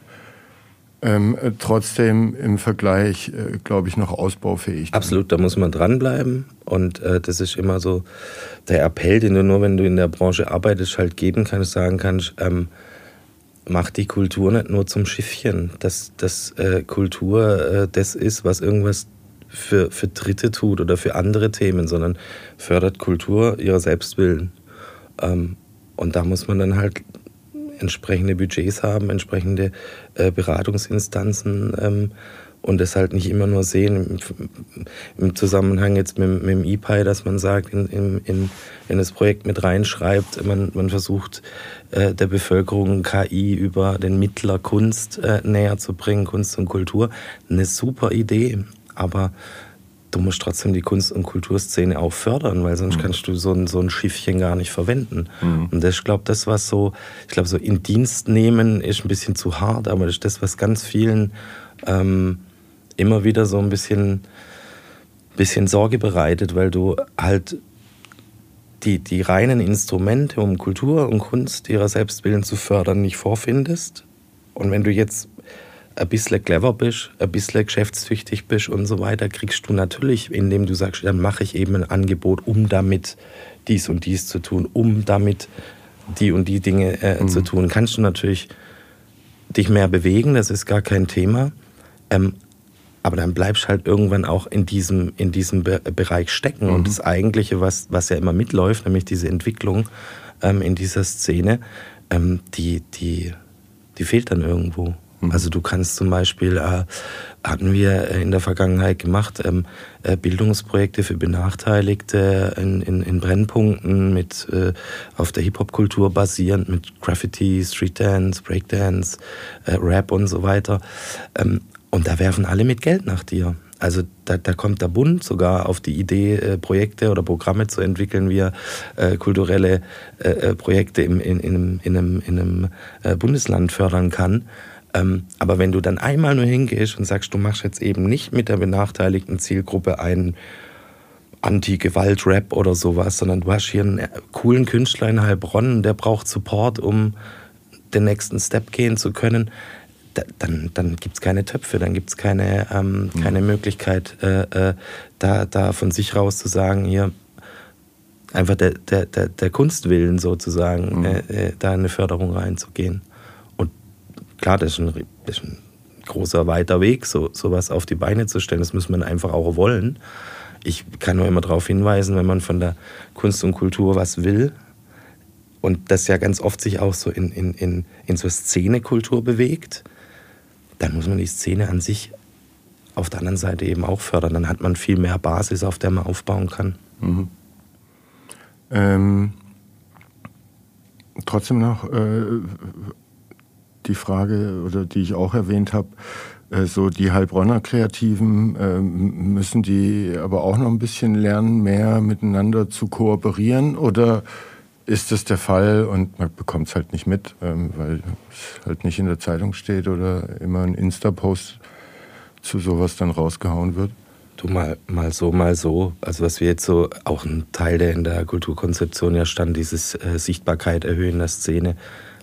Trotzdem im Vergleich, glaube ich, noch ausbaufähig. Absolut, da muss man dranbleiben und das ist immer so der Appell, den du nur, wenn du in der Branche arbeitest, halt geben kannst, sagen kannst, mach die Kultur nicht nur zum Schiffchen, dass Kultur das ist, was irgendwas für Dritte tut oder für andere Themen, sondern fördert Kultur ihrer Selbstwillen. Und da muss man dann halt entsprechende Budgets haben, entsprechende Beratungsinstanzen und das halt nicht immer nur sehen im Zusammenhang jetzt mit dem IPI, dass man sagt, in das Projekt mit reinschreibt, man versucht der Bevölkerung KI über den Mittler Kunst näher zu bringen, Kunst und Kultur. Eine super Idee, aber du musst trotzdem die Kunst- und Kulturszene auch fördern, weil sonst kannst du so ein Schiffchen gar nicht verwenden. Und das, ich glaube, das, was so in Dienst nehmen, ist ein bisschen zu hart, aber das ist das, was ganz vielen immer wieder so ein bisschen Sorge bereitet, weil du halt die reinen Instrumente, um Kultur und Kunst ihrer Selbstwillen zu fördern, nicht vorfindest. Und wenn du jetzt ein bisschen clever bist, ein bisschen geschäftstüchtig bist und so weiter, kriegst du natürlich, indem du sagst, dann mache ich eben ein Angebot, um damit dies und dies zu tun, um damit die und die Dinge zu tun, kannst du natürlich dich mehr bewegen, das ist gar kein Thema. Aber dann bleibst du halt irgendwann auch in diesem Bereich stecken. Und das Eigentliche, was ja immer mitläuft, nämlich diese Entwicklung in dieser Szene, die fehlt dann irgendwo. Also du kannst zum Beispiel, hatten wir in der Vergangenheit gemacht, Bildungsprojekte für Benachteiligte in Brennpunkten mit auf der Hip-Hop-Kultur basierend, mit Graffiti, Streetdance, Breakdance, Rap und so weiter. Und da werfen alle mit Geld nach dir. Also da kommt der Bund sogar auf die Idee, Projekte oder Programme zu entwickeln, wie er kulturelle Projekte in einem Bundesland fördern kann. Aber wenn du dann einmal nur hingehst und sagst, du machst jetzt eben nicht mit der benachteiligten Zielgruppe einen Anti-Gewalt-Rap oder sowas, sondern du hast hier einen coolen Künstler in Heilbronn, der braucht Support, um den nächsten Step gehen zu können, dann gibt es keine Töpfe, dann gibt es keine Möglichkeit, da von sich raus zu sagen, hier einfach der Kunstwillen sozusagen, da in eine Förderung reinzugehen. Und klar, das ist ein großer, weiter Weg, sowas auf die Beine zu stellen. Das muss man einfach auch wollen. Ich kann nur immer darauf hinweisen, wenn man von der Kunst und Kultur was will und das ja ganz oft sich auch so in so Szenekultur bewegt, dann muss man die Szene an sich auf der anderen Seite eben auch fördern. Dann hat man viel mehr Basis, auf der man aufbauen kann. Trotzdem noch die Frage, oder die ich auch erwähnt habe, so die Heilbronner Kreativen, müssen die aber auch noch ein bisschen lernen, mehr miteinander zu kooperieren? Oder ist es der Fall und man bekommt es halt nicht mit, weil es halt nicht in der Zeitung steht oder immer ein Insta-Post zu sowas dann rausgehauen wird? Du, mal so, mal so. Also was wir jetzt so, auch ein Teil, der in der Kulturkonzeption ja stand, dieses Sichtbarkeit erhöhen der Szene.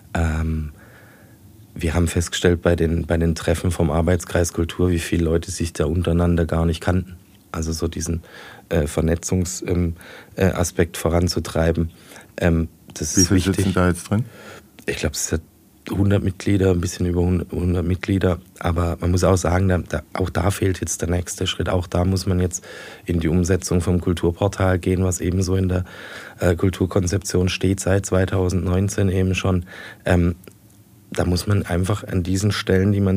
Wir haben festgestellt bei den Treffen vom Arbeitskreis Kultur, wie viele Leute sich da untereinander gar nicht kannten. Also so diesen Vernetzungsaspekt voranzutreiben. Das wie ist viele wichtig. sitzen da jetzt drin? Ich glaube, es sind 100 Mitglieder, ein bisschen über 100 Mitglieder. Aber man muss auch sagen, auch da fehlt jetzt der nächste Schritt. Auch da muss man jetzt in die Umsetzung vom Kulturportal gehen, was ebenso in der Kulturkonzeption steht seit 2019 eben schon. Da muss man einfach an diesen Stellen, die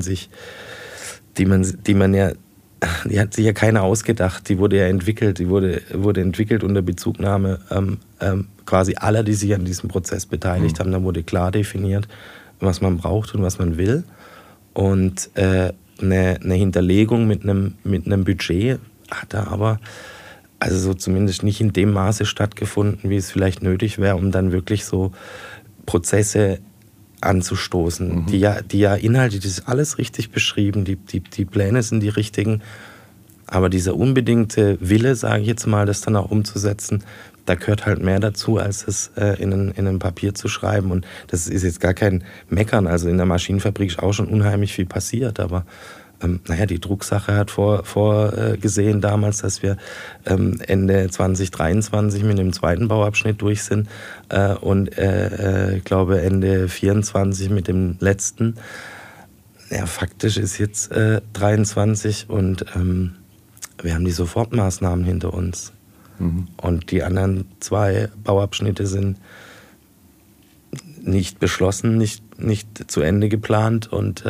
hat sich ja keiner ausgedacht, die wurde ja entwickelt, die wurde entwickelt unter Bezugnahme quasi aller, die sich an diesem Prozess beteiligt haben. Da wurde klar definiert, was man braucht und was man will. Und eine Hinterlegung mit einem Budget hat da aber also so zumindest nicht in dem Maße stattgefunden, wie es vielleicht nötig wäre, um dann wirklich so Prozesse anzustoßen, die ja inhaltlich, das ist alles richtig beschrieben, die Pläne sind die richtigen, aber dieser unbedingte Wille, sage ich jetzt mal, das dann auch umzusetzen, da gehört halt mehr dazu, als es in ein Papier zu schreiben. Und das ist jetzt gar kein Meckern, also in der Maschinenfabrik ist auch schon unheimlich viel passiert, aber die Drucksache hat vorgesehen damals, dass wir Ende 2023 mit dem zweiten Bauabschnitt durch sind und ich glaube Ende 2024 mit dem letzten. Ja, faktisch ist jetzt 23 und wir haben die Sofortmaßnahmen hinter uns. Und die anderen 2 Bauabschnitte sind nicht beschlossen, nicht zu Ende geplant und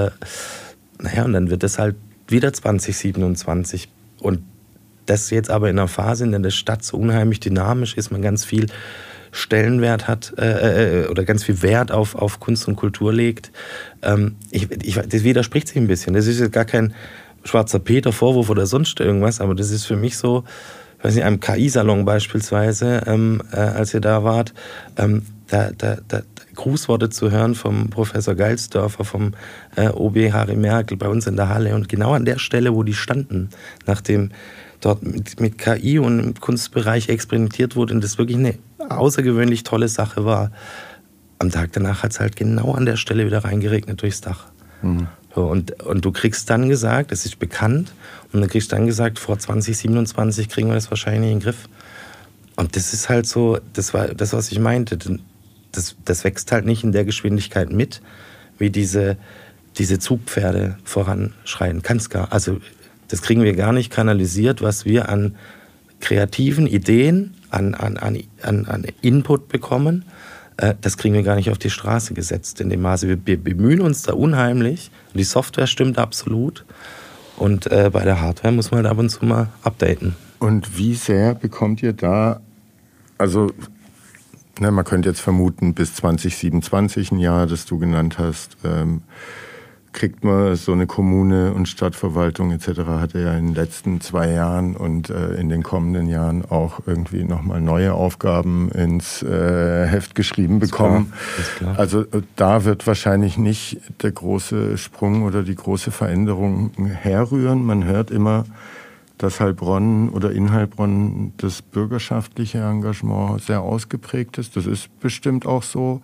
und dann wird es halt wieder 2027. Und das jetzt aber in einer Phase, in der die Stadt so unheimlich dynamisch ist, man ganz viel Stellenwert hat oder ganz viel Wert auf Kunst und Kultur legt. Das widerspricht sich ein bisschen. Das ist jetzt gar kein schwarzer Peter-Vorwurf oder sonst irgendwas, aber das ist für mich so, ich weiß nicht, einem KI-Salon beispielsweise, als ihr da wart, da Grußworte zu hören vom Professor Geilsdörfer, vom OB Harry Merkel bei uns in der Halle. Und genau an der Stelle, wo die standen, nachdem dort mit KI und im Kunstbereich experimentiert wurde und das wirklich eine außergewöhnlich tolle Sache war, am Tag danach hat es halt genau an der Stelle wieder reingeregnet durchs Dach. So, und du kriegst dann gesagt, das ist bekannt, und du kriegst dann gesagt, vor 2027 kriegen wir das wahrscheinlich nicht in den Griff. Und das ist halt so, das war das, was ich meinte. Das wächst halt nicht in der Geschwindigkeit mit, wie diese Zugpferde voranschreiten. Also das kriegen wir gar nicht kanalisiert, was wir an kreativen Ideen, an Input bekommen. Das kriegen wir gar nicht auf die Straße gesetzt in dem Maße. Wir bemühen uns da unheimlich. Die Software stimmt absolut. Und bei der Hardware muss man halt ab und zu mal updaten. Und wie sehr bekommt ihr da, also man könnte jetzt vermuten, bis 2027, ein Jahr, das du genannt hast, kriegt man so eine Kommune und Stadtverwaltung etc. hat er ja in den letzten 2 Jahren und in den kommenden Jahren auch irgendwie nochmal neue Aufgaben ins Heft geschrieben bekommen. Ist klar. Also da wird wahrscheinlich nicht der große Sprung oder die große Veränderung herrühren. Man hört immer, dass Heilbronn oder in Heilbronn das bürgerschaftliche Engagement sehr ausgeprägt ist. Das ist bestimmt auch so.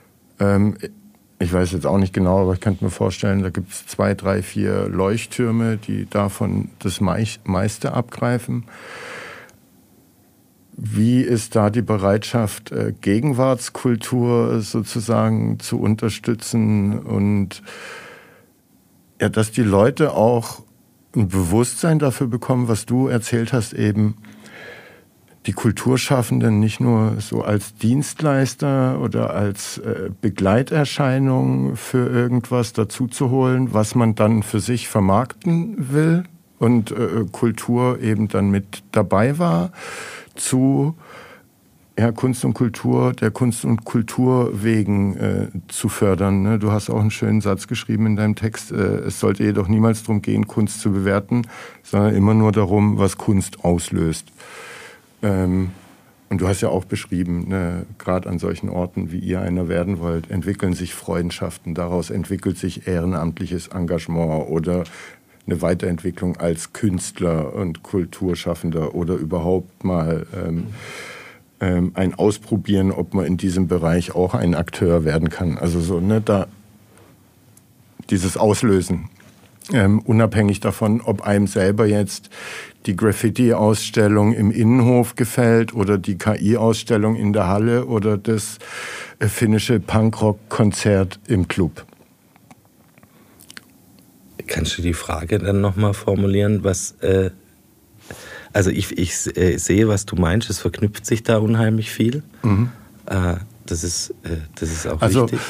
Ich weiß jetzt auch nicht genau, aber ich könnte mir vorstellen, da gibt es 2, 3, 4 Leuchttürme, die davon das meiste abgreifen. Wie ist da die Bereitschaft, Gegenwartskultur sozusagen zu unterstützen und ja, dass die Leute auch ein Bewusstsein dafür bekommen, was du erzählt hast, eben die Kulturschaffenden nicht nur so als Dienstleister oder als Begleiterscheinung für irgendwas dazu zu holen, was man dann für sich vermarkten will und Kultur eben dann mit dabei war, zu Kunst und Kultur, der Kunst und Kultur wegen zu fördern. Ne? Du hast auch einen schönen Satz geschrieben in deinem Text. Es sollte jedoch niemals darum gehen, Kunst zu bewerten, sondern immer nur darum, was Kunst auslöst. Und du hast ja auch beschrieben, ne, gerade an solchen Orten, wie ihr einer werden wollt, entwickeln sich Freundschaften, daraus entwickelt sich ehrenamtliches Engagement oder eine Weiterentwicklung als Künstler und Kulturschaffender oder überhaupt mal ein Ausprobieren, ob man in diesem Bereich auch ein Akteur werden kann. Also so, ne, da dieses Auslösen. Unabhängig davon, ob einem selber jetzt die Graffiti-Ausstellung im Innenhof gefällt oder die KI-Ausstellung in der Halle oder das finnische Punkrock-Konzert im Club. Kannst du die Frage dann nochmal formulieren, was... Also ich sehe, was du meinst, es verknüpft sich da unheimlich viel. Mhm. Das ist auch wichtig.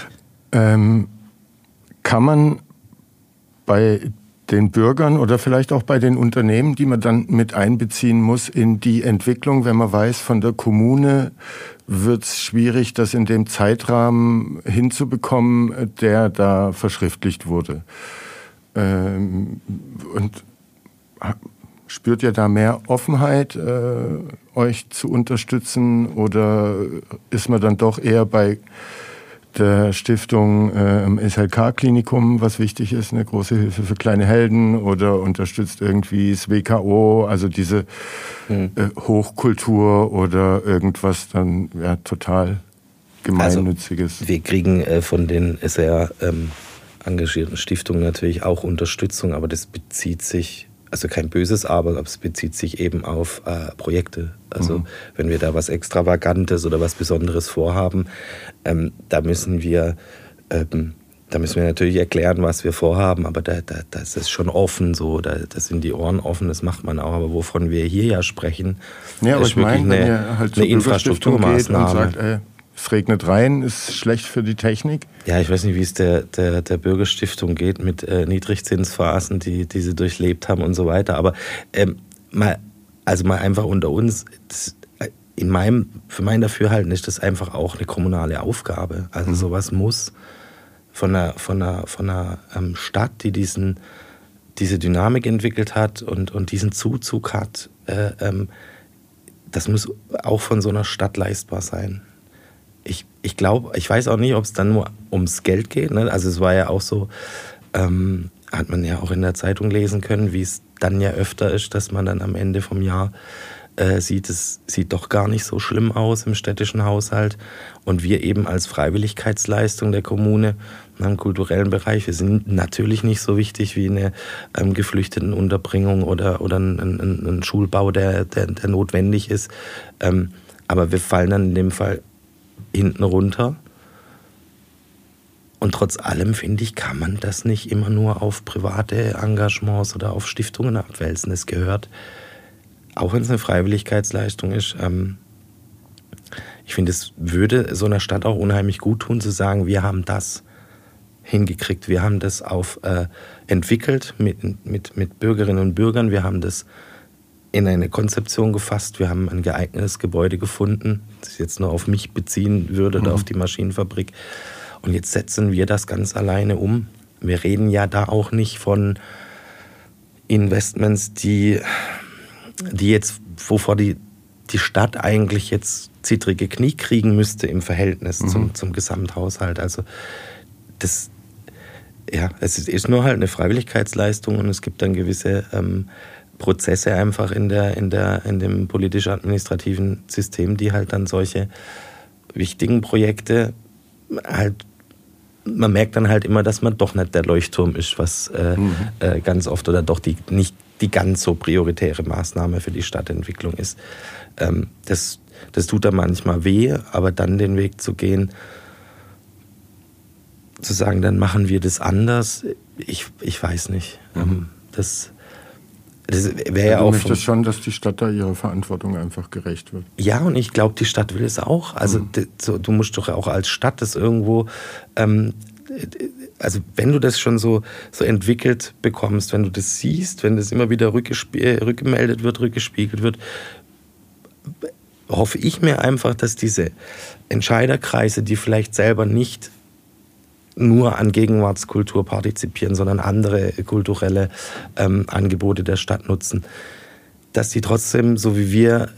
Kann man bei den Bürgern oder vielleicht auch bei den Unternehmen, die man dann mit einbeziehen muss in die Entwicklung, wenn man weiß, von der Kommune wird es schwierig, das in dem Zeitrahmen hinzubekommen, der da verschriftlicht wurde. Und spürt ihr da mehr Offenheit, euch zu unterstützen, oder ist man dann doch eher bei der Stiftung SLK-Klinikum, was wichtig ist, eine große Hilfe für kleine Helden, oder unterstützt irgendwie das WKO, also diese Hochkultur oder irgendwas dann total Gemeinnütziges? Also, wir kriegen von den sehr engagierten Stiftungen natürlich auch Unterstützung, aber das bezieht sich, also kein böses Aber es bezieht sich eben auf Projekte. Also wenn wir da was Extravagantes oder was Besonderes vorhaben, da müssen wir natürlich erklären, was wir vorhaben, aber das ist schon offen so, da sind die Ohren offen, das macht man auch. Aber wovon wir hier ja sprechen, aber ist wirklich eine Infrastrukturmaßnahme. Und sagt, es regnet rein, ist schlecht für die Technik. Ja, ich weiß nicht, wie es der Bürgerstiftung geht mit Niedrigzinsphasen, die sie durchlebt haben und so weiter. Aber mal einfach unter uns, für mein Dafürhalten ist das einfach auch eine kommunale Aufgabe. Also sowas muss von einer Stadt, die diese Dynamik entwickelt hat und diesen Zuzug hat, das muss auch von so einer Stadt leistbar sein. Ich glaube, ich weiß auch nicht, ob es dann nur ums Geld geht. Ne? Also es war ja auch so, hat man ja auch in der Zeitung lesen können, wie es dann ja öfter ist, dass man dann am Ende vom Jahr sieht, es sieht doch gar nicht so schlimm aus im städtischen Haushalt. Und wir eben als Freiwilligkeitsleistung der Kommune im kulturellen Bereich, wir sind natürlich nicht so wichtig wie eine Geflüchtetenunterbringung oder ein Schulbau, der notwendig ist. Aber wir fallen dann in dem Fall hinten runter. Und trotz allem, finde ich, kann man das nicht immer nur auf private Engagements oder auf Stiftungen abwälzen. Es gehört, auch wenn es eine Freiwilligkeitsleistung ist, ich finde, es würde so einer Stadt auch unheimlich gut tun, zu sagen, wir haben das hingekriegt, wir haben das entwickelt mit Bürgerinnen und Bürgern, wir haben das in eine Konzeption gefasst, wir haben ein geeignetes Gebäude gefunden, das ich jetzt nur auf mich beziehen würde oder auf die Maschinenfabrik. Und jetzt setzen wir das ganz alleine um. Wir reden ja da auch nicht von Investments, die jetzt, wovor die Stadt eigentlich jetzt zittrige Knie kriegen müsste im Verhältnis zum Gesamthaushalt. Also es ist nur halt eine Freiwilligkeitsleistung und es gibt dann gewisse Prozesse einfach in dem politisch-administrativen System, die halt dann solche wichtigen Projekte halt, man merkt dann halt immer, dass man doch nicht der Leuchtturm ist, was ganz oft oder doch nicht die ganz so prioritäre Maßnahme für die Stadtentwicklung ist. Das tut da manchmal weh, aber dann den Weg zu gehen, zu sagen, dann machen wir das anders, ich weiß nicht. Das wäre ja auch. Du möchtest schon, dass die Stadt da ihrer Verantwortung einfach gerecht wird. Ja, und ich glaube, die Stadt will es auch. Also du musst doch auch als Stadt das irgendwo, also wenn du das schon so entwickelt bekommst, wenn du das siehst, wenn das immer wieder rückgemeldet wird, rückgespiegelt wird, hoffe ich mir einfach, dass diese Entscheiderkreise, die vielleicht selber nicht nur an Gegenwartskultur partizipieren, sondern andere kulturelle Angebote der Stadt nutzen, dass die trotzdem, so wie wir,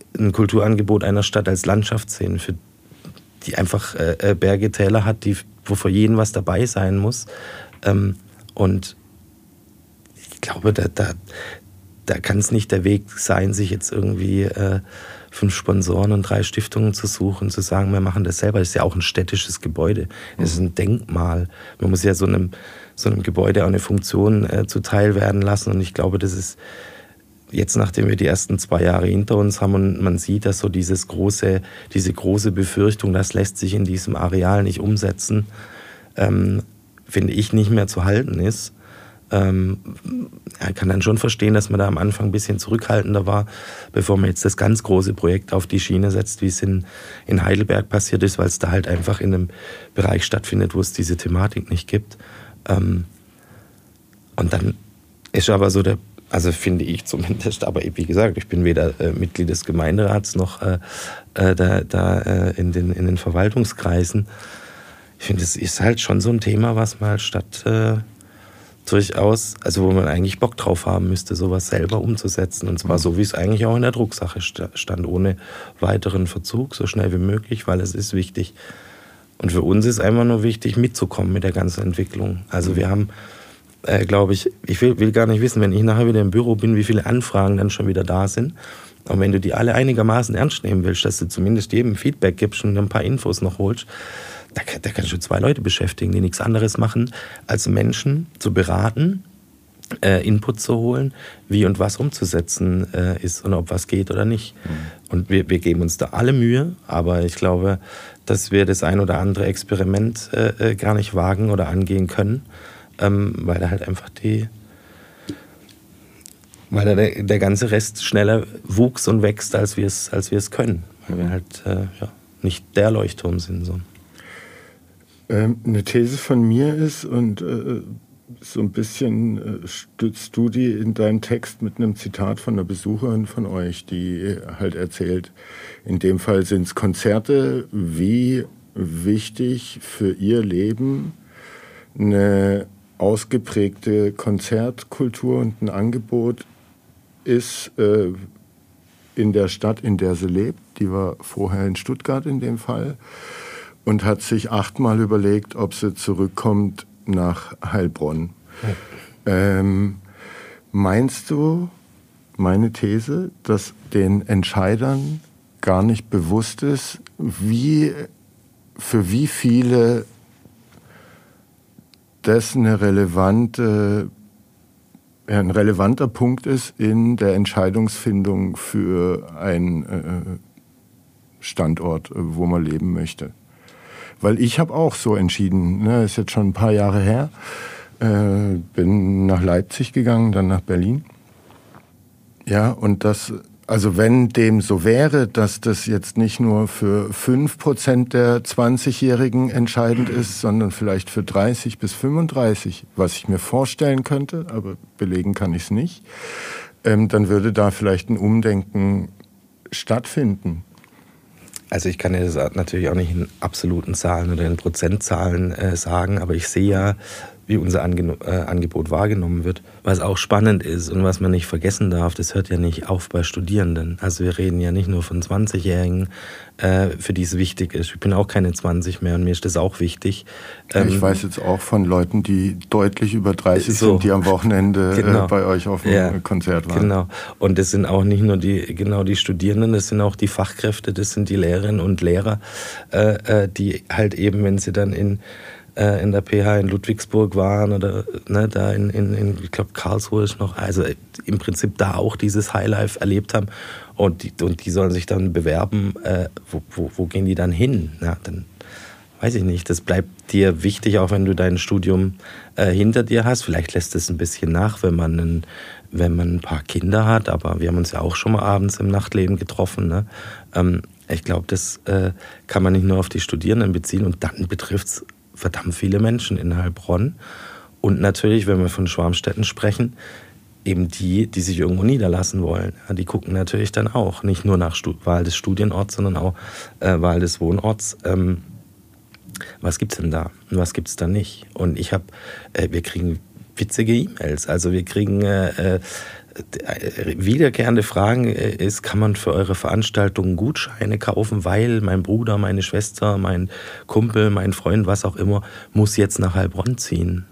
ein Kulturangebot einer Stadt als Landschaft sehen, die einfach Berge, Täler hat, wo für jeden was dabei sein muss. Und ich glaube, da kann es nicht der Weg sein, sich jetzt irgendwie 5 Sponsoren und 3 Stiftungen zu suchen, zu sagen, wir machen das selber. Das ist ja auch ein städtisches Gebäude. Es ist ein Denkmal. Man muss ja so einem Gebäude auch eine Funktion zuteil werden lassen. Und ich glaube, das ist jetzt, nachdem wir die ersten 2 Jahre hinter uns haben und man sieht, dass so diese große Befürchtung, das lässt sich in diesem Areal nicht umsetzen, finde ich, nicht mehr zu halten ist. Ich kann dann schon verstehen, dass man da am Anfang ein bisschen zurückhaltender war, bevor man jetzt das ganz große Projekt auf die Schiene setzt, wie es in Heidelberg passiert ist, weil es da halt einfach in einem Bereich stattfindet, wo es diese Thematik nicht gibt. Und dann ist aber so also finde ich zumindest, aber wie gesagt, ich bin weder Mitglied des Gemeinderats noch in den Verwaltungskreisen. Ich finde, es ist halt schon so ein Thema, was man als Stadt durchaus, also wo man eigentlich Bock drauf haben müsste, sowas selber umzusetzen. Und zwar so, wie es eigentlich auch in der Drucksache stand, ohne weiteren Verzug, so schnell wie möglich, weil es ist wichtig. Und für uns ist einfach nur wichtig, mitzukommen mit der ganzen Entwicklung. Also wir haben, glaube ich will gar nicht wissen, wenn ich nachher wieder im Büro bin, wie viele Anfragen dann schon wieder da sind. Und wenn du die alle einigermaßen ernst nehmen willst, dass du zumindest jedem Feedback gibst und ein paar Infos noch holst, da kannst du 2 Leute beschäftigen, die nichts anderes machen, als Menschen zu beraten, Input zu holen, wie und was umzusetzen ist und ob was geht oder nicht. Und wir geben uns da alle Mühe, aber ich glaube, dass wir das ein oder andere Experiment gar nicht wagen oder angehen können, weil da halt einfach weil da der ganze Rest schneller wuchs und wächst, als wir es können. Weil wir halt nicht der Leuchtturm sind. So. Eine These von mir ist, und so ein bisschen stützt du die in deinem Text mit einem Zitat von einer Besucherin von euch, die halt erzählt, in dem Fall sind es Konzerte, wie wichtig für ihr Leben eine ausgeprägte Konzertkultur und ein Angebot ist in der Stadt, in der sie lebt. Die war vorher in Stuttgart in dem Fall. Und hat sich 8-mal überlegt, ob sie zurückkommt nach Heilbronn. Meinst du, meine These, dass den Entscheidern gar nicht bewusst ist, für wie viele das ein relevanter Punkt ist in der Entscheidungsfindung für einen Standort, wo man leben möchte? Weil ich habe auch so entschieden, ist jetzt schon ein paar Jahre her, bin nach Leipzig gegangen, dann nach Berlin. Ja, und also wenn dem so wäre, dass das jetzt nicht nur für 5% der 20-Jährigen entscheidend ist, sondern vielleicht für 30 bis 35, was ich mir vorstellen könnte, aber belegen kann ich es nicht, dann würde da vielleicht ein Umdenken stattfinden. Also ich kann dir das natürlich auch nicht in absoluten Zahlen oder in Prozentzahlen sagen, aber ich sehe ja, wie unser Angebot wahrgenommen wird. Was auch spannend ist und was man nicht vergessen darf, das hört ja nicht auf bei Studierenden. Also wir reden ja nicht nur von 20-Jährigen, für die es wichtig ist. Ich bin auch keine 20 mehr und mir ist das auch wichtig. Ich weiß jetzt auch von Leuten, die deutlich über 30 sind, die am Wochenende bei euch auf dem Konzert waren. Genau. Und das sind auch nicht nur die Studierenden, das sind auch die Fachkräfte, das sind die Lehrerinnen und Lehrer, die halt eben, wenn sie dann in der PH in Ludwigsburg waren oder da in ich glaube Karlsruhe ist noch, also im Prinzip da auch dieses Highlife erlebt haben und die sollen sich dann bewerben, wo gehen die dann hin? Ja, dann weiß ich nicht, das bleibt dir wichtig, auch wenn du dein Studium hinter dir hast. Vielleicht lässt es ein bisschen nach, wenn man ein paar Kinder hat, aber wir haben uns ja auch schon mal abends im Nachtleben getroffen. Ne? Ich glaube, das kann man nicht nur auf die Studierenden beziehen und dann betrifft es verdammt viele Menschen in Heilbronn. Und natürlich, wenn wir von Schwarmstätten sprechen, eben die sich irgendwo niederlassen wollen. Die gucken natürlich dann auch, nicht nur nach Wahl des Studienorts, sondern auch Wahl des Wohnorts. Was gibt's denn da und was gibt's da nicht? Und wir kriegen witzige E-Mails. Also wir kriegen wiederkehrende Fragen ist, kann man für eure Veranstaltungen Gutscheine kaufen, weil mein Bruder, meine Schwester, mein Kumpel, mein Freund, was auch immer, muss jetzt nach Heilbronn ziehen.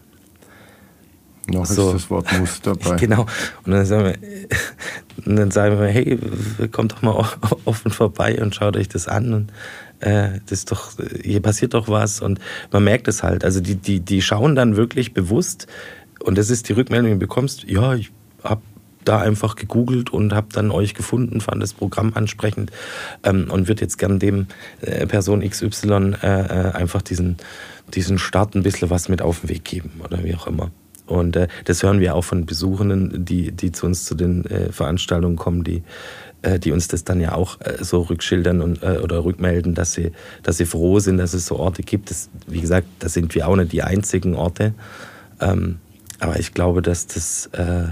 Noch so, ist das Wort muss dabei. Genau. Und dann sagen wir, hey, kommt doch mal offen vorbei und schaut euch das an. Und das ist doch, hier passiert doch was. Und man merkt es halt. Also die schauen dann wirklich bewusst. Und das ist die Rückmeldung, die du bekommst. Ja, ich habe da einfach gegoogelt und habe dann euch gefunden, fand das Programm ansprechend und würde jetzt gern dem Person XY einfach diesen Start ein bisschen was mit auf den Weg geben oder wie auch immer. Und das hören wir auch von Besuchenden, die zu uns zu den Veranstaltungen kommen, die uns das dann ja auch so rückschildern oder rückmelden, dass sie froh sind, dass es so Orte gibt. Das, wie gesagt, da sind wir auch nicht die einzigen Orte. Aber ich glaube, dass das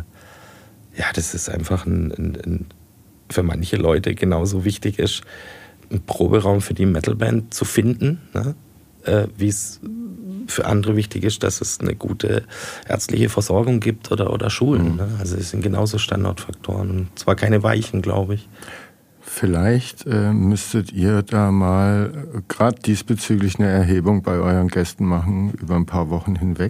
ist einfach für manche Leute genauso wichtig ist, einen Proberaum für die Metalband zu finden, ne? Wie es für andere wichtig ist, dass es eine gute ärztliche Versorgung gibt oder Schulen. Ne? Also es sind genauso Standortfaktoren. Und zwar keine weichen, glaube ich. Vielleicht müsstet ihr da mal gerade diesbezüglich eine Erhebung bei euren Gästen machen, über ein paar Wochen hinweg.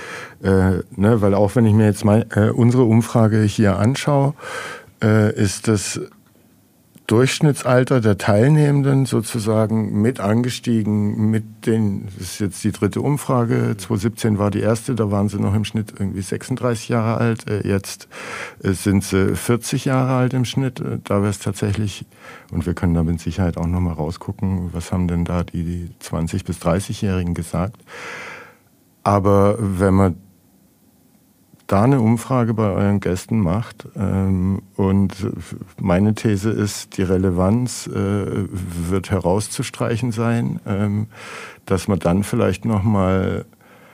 Weil auch wenn ich mir jetzt mal unsere Umfrage hier anschaue, ist das Durchschnittsalter der Teilnehmenden sozusagen mit angestiegen das ist jetzt die 3. Umfrage, 2017 war die erste, da waren sie noch im Schnitt irgendwie 36 Jahre alt, jetzt sind sie 40 Jahre alt im Schnitt, da wäre es tatsächlich, und wir können da mit Sicherheit auch nochmal rausgucken, was haben denn da die 20- bis 30-Jährigen gesagt, aber wenn man da eine Umfrage bei euren Gästen macht. Und meine These ist, die Relevanz wird herauszustreichen sein, dass man dann vielleicht nochmal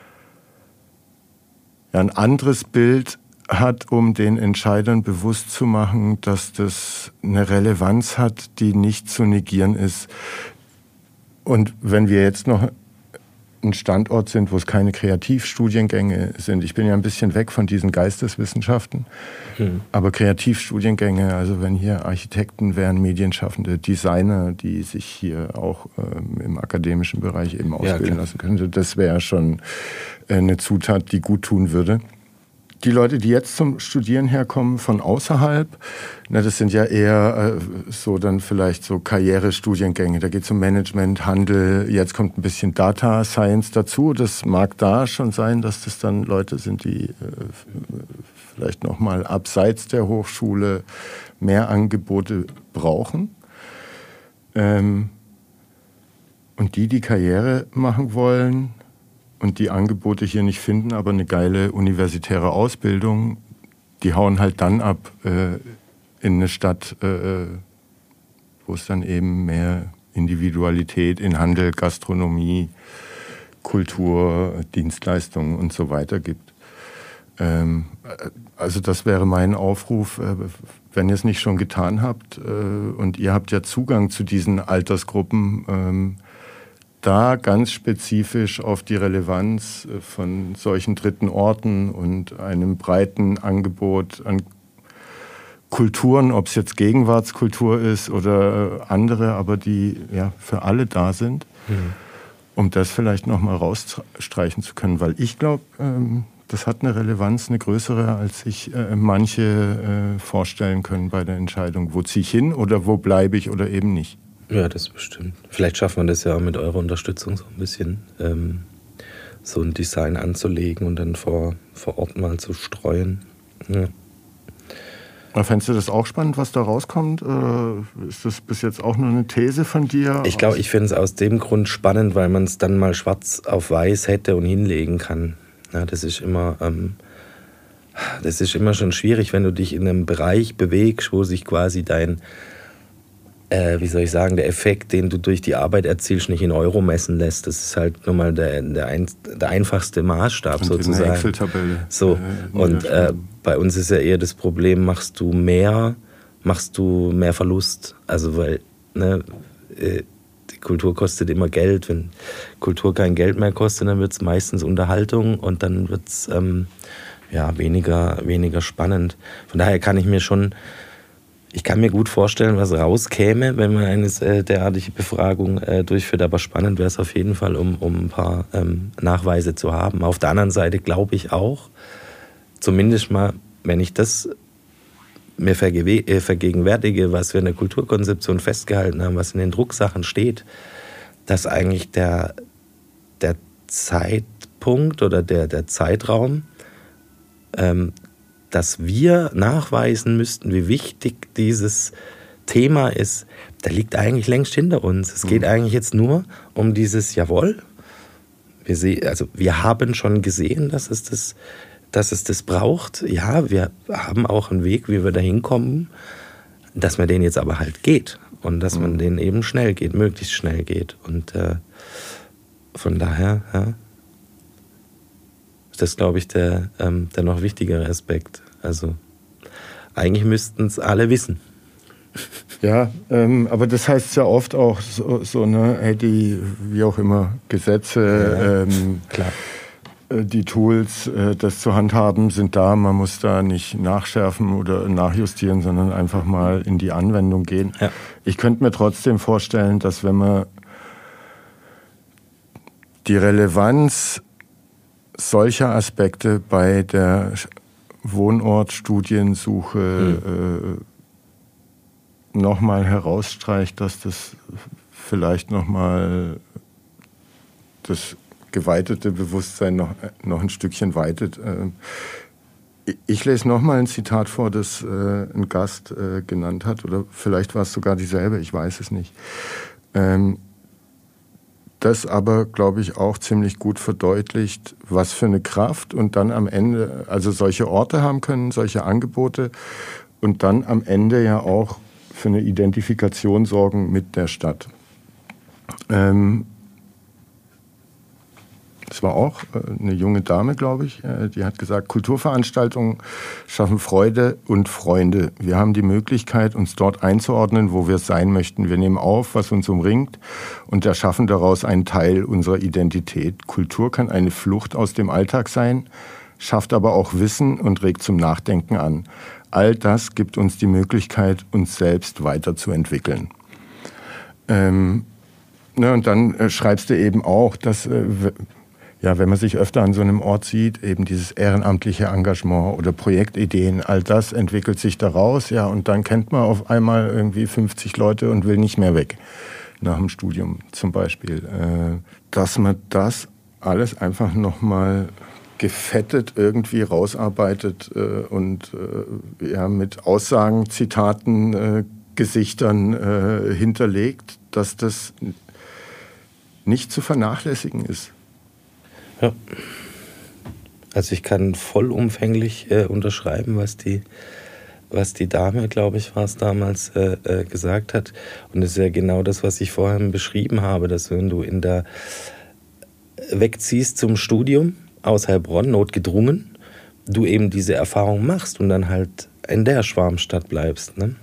ein anderes Bild hat, um den Entscheidern bewusst zu machen, dass das eine Relevanz hat, die nicht zu negieren ist. Und wenn wir jetzt noch ein Standort sind, wo es keine Kreativstudiengänge sind. Ich bin ja ein bisschen weg von diesen Geisteswissenschaften, aber Kreativstudiengänge, also wenn hier Architekten wären, Medienschaffende, Designer, die sich hier auch im akademischen Bereich eben ausbilden lassen könnte, das wäre schon eine Zutat, die gut tun würde. Die Leute, die jetzt zum Studieren herkommen von außerhalb, das sind ja eher so dann vielleicht so Karrierestudiengänge. Da geht es um Management, Handel, jetzt kommt ein bisschen Data Science dazu. Das mag da schon sein, dass das dann Leute sind, die vielleicht nochmal abseits der Hochschule mehr Angebote brauchen. Und die Karriere machen wollen und die Angebote hier nicht finden, aber eine geile universitäre Ausbildung, die hauen halt dann ab in eine Stadt, wo es dann eben mehr Individualität in Handel, Gastronomie, Kultur, Dienstleistungen und so weiter gibt. Also das wäre mein Aufruf, wenn ihr es nicht schon getan habt und ihr habt ja Zugang zu diesen Altersgruppen, da ganz spezifisch auf die Relevanz von solchen dritten Orten und einem breiten Angebot an Kulturen, ob es jetzt Gegenwartskultur ist oder andere, aber die ja für alle da sind, um das vielleicht nochmal rausstreichen zu können. Weil ich glaube, das hat eine Relevanz, eine größere, als sich manche vorstellen können bei der Entscheidung, wo ziehe ich hin oder wo bleibe ich oder eben nicht. Ja, das bestimmt. Vielleicht schafft man das ja auch mit eurer Unterstützung so ein bisschen, so ein Design anzulegen und dann vor Ort mal zu streuen. Ja. Fändest du das auch spannend, was da rauskommt? Ist das bis jetzt auch nur eine These von dir? Ich glaube, ich finde es aus dem Grund spannend, weil man es dann mal schwarz auf weiß hätte und hinlegen kann. Ja, das ist immer schon schwierig, wenn du dich in einem Bereich bewegst, wo sich quasi dein der Effekt, den du durch die Arbeit erzielst, nicht in Euro messen lässt. Das ist halt nur mal der einfachste Maßstab und sozusagen. Eine Excel-Tabelle. So. Und bei uns ist ja eher das Problem, machst du mehr Verlust. Also weil die Kultur kostet immer Geld. Wenn Kultur kein Geld mehr kostet, dann wird es meistens Unterhaltung und dann wird es weniger spannend. Von daher kann ich mir gut vorstellen, was rauskäme, wenn man eine derartige Befragung durchführt. Aber spannend wäre es auf jeden Fall, um ein paar Nachweise zu haben. Auf der anderen Seite glaube ich auch, zumindest mal, wenn ich das mir vergegenwärtige, was wir in der Kulturkonzeption festgehalten haben, was in den Drucksachen steht, dass eigentlich der Zeitpunkt oder der Zeitraum, dass wir nachweisen müssten, wie wichtig dieses Thema ist, der liegt eigentlich längst hinter uns. Es geht eigentlich jetzt nur um dieses Jawohl. Wir haben schon gesehen, dass es das braucht. Ja, wir haben auch einen Weg, wie wir da hinkommen, dass man den jetzt aber halt geht. Und dass man den eben schnell geht, möglichst schnell geht. Und von daher, ja, ist das, glaube ich, der noch wichtigere Aspekt. Also eigentlich müssten es alle wissen. Ja, aber das heißt ja oft auch so ne, die, wie auch immer, Gesetze, klar. Die Tools, das zu handhaben, sind da. Man muss da nicht nachschärfen oder nachjustieren, sondern einfach mal in die Anwendung gehen. Ja. Ich könnte mir trotzdem vorstellen, dass wenn man die Relevanz solcher Aspekte bei der Wohnortstudiensuche nochmal herausstreicht, dass das vielleicht nochmal das geweitete Bewusstsein noch ein Stückchen weitet. Ich lese nochmal ein Zitat vor, das ein Gast genannt hat, oder vielleicht war es sogar dieselbe, ich weiß es nicht. Das aber, glaube ich, auch ziemlich gut verdeutlicht, was für eine Kraft und dann am Ende, also solche Orte haben können, solche Angebote und dann am Ende ja auch für eine Identifikation sorgen mit der Stadt. Es war auch eine junge Dame, glaube ich, die hat gesagt, Kulturveranstaltungen schaffen Freude und Freunde. Wir haben die Möglichkeit, uns dort einzuordnen, wo wir sein möchten. Wir nehmen auf, was uns umringt und erschaffen daraus einen Teil unserer Identität. Kultur kann eine Flucht aus dem Alltag sein, schafft aber auch Wissen und regt zum Nachdenken an. All das gibt uns die Möglichkeit, uns selbst weiterzuentwickeln. Und dann schreibst du eben auch, dass wenn man sich öfter an so einem Ort sieht, eben dieses ehrenamtliche Engagement oder Projektideen, all das entwickelt sich daraus, ja, und dann kennt man auf einmal irgendwie 50 Leute und will nicht mehr weg, nach dem Studium zum Beispiel. Dass man das alles einfach nochmal gefettet irgendwie rausarbeitet und mit Aussagen, Zitaten, Gesichtern hinterlegt, dass das nicht zu vernachlässigen ist. Ja, also ich kann vollumfänglich unterschreiben, was die Dame, glaube ich, war es damals, gesagt hat. Und das ist ja genau das, was ich vorhin beschrieben habe, dass wenn du wegziehst zum Studium aus Heilbronn, notgedrungen, du eben diese Erfahrung machst und dann halt in der Schwarmstadt bleibst. Ne?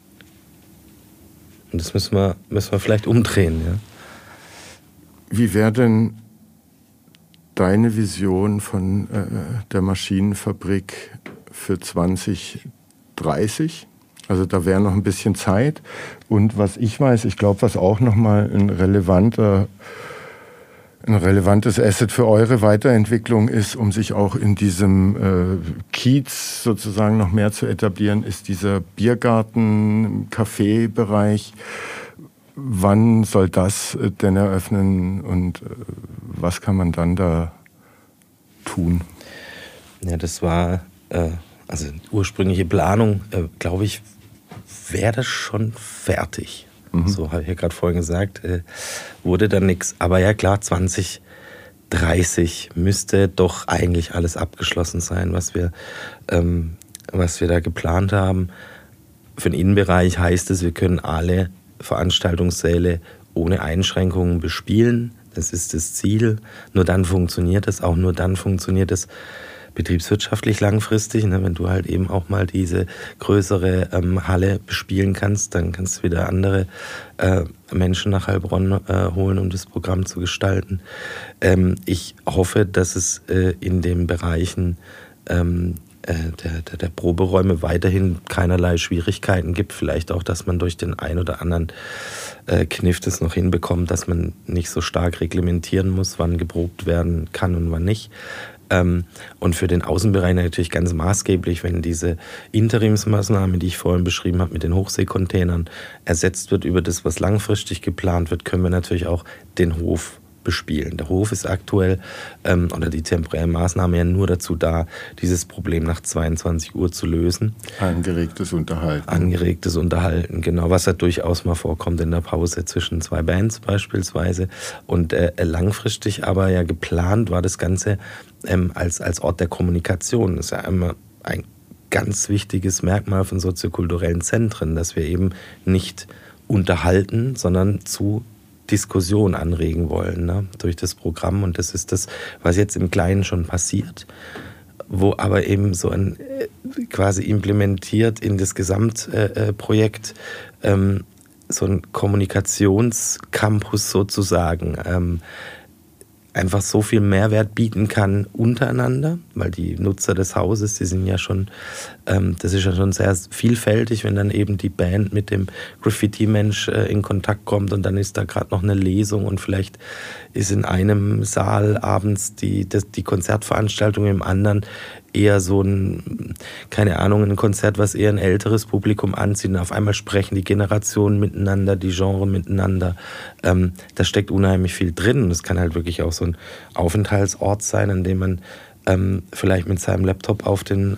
Und das müssen wir vielleicht umdrehen. Ja? Wie wäre denn deine Vision von der Maschinenfabrik für 2030? Also da wäre noch ein bisschen Zeit. Und was ich weiß, ich glaube, was auch nochmal ein relevantes Asset für eure Weiterentwicklung ist, um sich auch in diesem Kiez sozusagen noch mehr zu etablieren, ist dieser Biergarten-Café-Bereich. Wann soll das denn eröffnen und was kann man dann da tun? Ja, das war, also ursprüngliche Planung, glaube ich, wäre das schon fertig. So habe ich ja gerade vorhin gesagt, wurde dann nichts. Aber ja klar, 2030 müsste doch eigentlich alles abgeschlossen sein, was wir da geplant haben. Für den Innenbereich heißt es, wir können alle Veranstaltungssäle ohne Einschränkungen bespielen. Das ist das Ziel. Nur dann funktioniert es. Auch nur dann funktioniert es betriebswirtschaftlich langfristig. Ne? Wenn du halt eben auch mal diese größere Halle bespielen kannst, dann kannst du wieder andere Menschen nach Heilbronn holen, um das Programm zu gestalten. Ich hoffe, dass es in den Bereichen der Proberäume weiterhin keinerlei Schwierigkeiten gibt. Vielleicht auch, dass man durch den ein oder anderen Kniff das noch hinbekommt, dass man nicht so stark reglementieren muss, wann geprobt werden kann und wann nicht. Und für den Außenbereich natürlich ganz maßgeblich, wenn diese Interimsmaßnahme, die ich vorhin beschrieben habe, mit den Hochseekontainern ersetzt wird über das, was langfristig geplant wird, können wir natürlich auch den Hof bespielen. Der Hof ist aktuell, oder die temporäre Maßnahme ja nur dazu da, dieses Problem nach 22 Uhr zu lösen. Angeregtes Unterhalten. Angeregtes Unterhalten, genau, was ja durchaus mal vorkommt in der Pause zwischen zwei Bands beispielsweise. Und langfristig aber ja geplant war das Ganze als Ort der Kommunikation. Das ist ja immer ein ganz wichtiges Merkmal von soziokulturellen Zentren, dass wir eben nicht unterhalten, sondern zu Diskussion anregen wollen, ne, durch das Programm. Und das ist das, was jetzt im Kleinen schon passiert, wo aber eben so ein quasi implementiert in das Gesamtprojekt so ein Kommunikationscampus sozusagen einfach so viel Mehrwert bieten kann untereinander, weil die Nutzer des Hauses, die sind ja schon, das ist ja schon sehr vielfältig, wenn dann eben die Band mit dem Graffiti-Mensch in Kontakt kommt und dann ist da gerade noch eine Lesung und vielleicht ist in einem Saal abends die Konzertveranstaltung, im anderen eher so ein, keine Ahnung, ein Konzert, was eher ein älteres Publikum anzieht und auf einmal sprechen die Generationen miteinander, die Genres miteinander. Da steckt unheimlich viel drin. Das kann halt wirklich auch so ein Aufenthaltsort sein, an dem man vielleicht mit seinem Laptop auf dem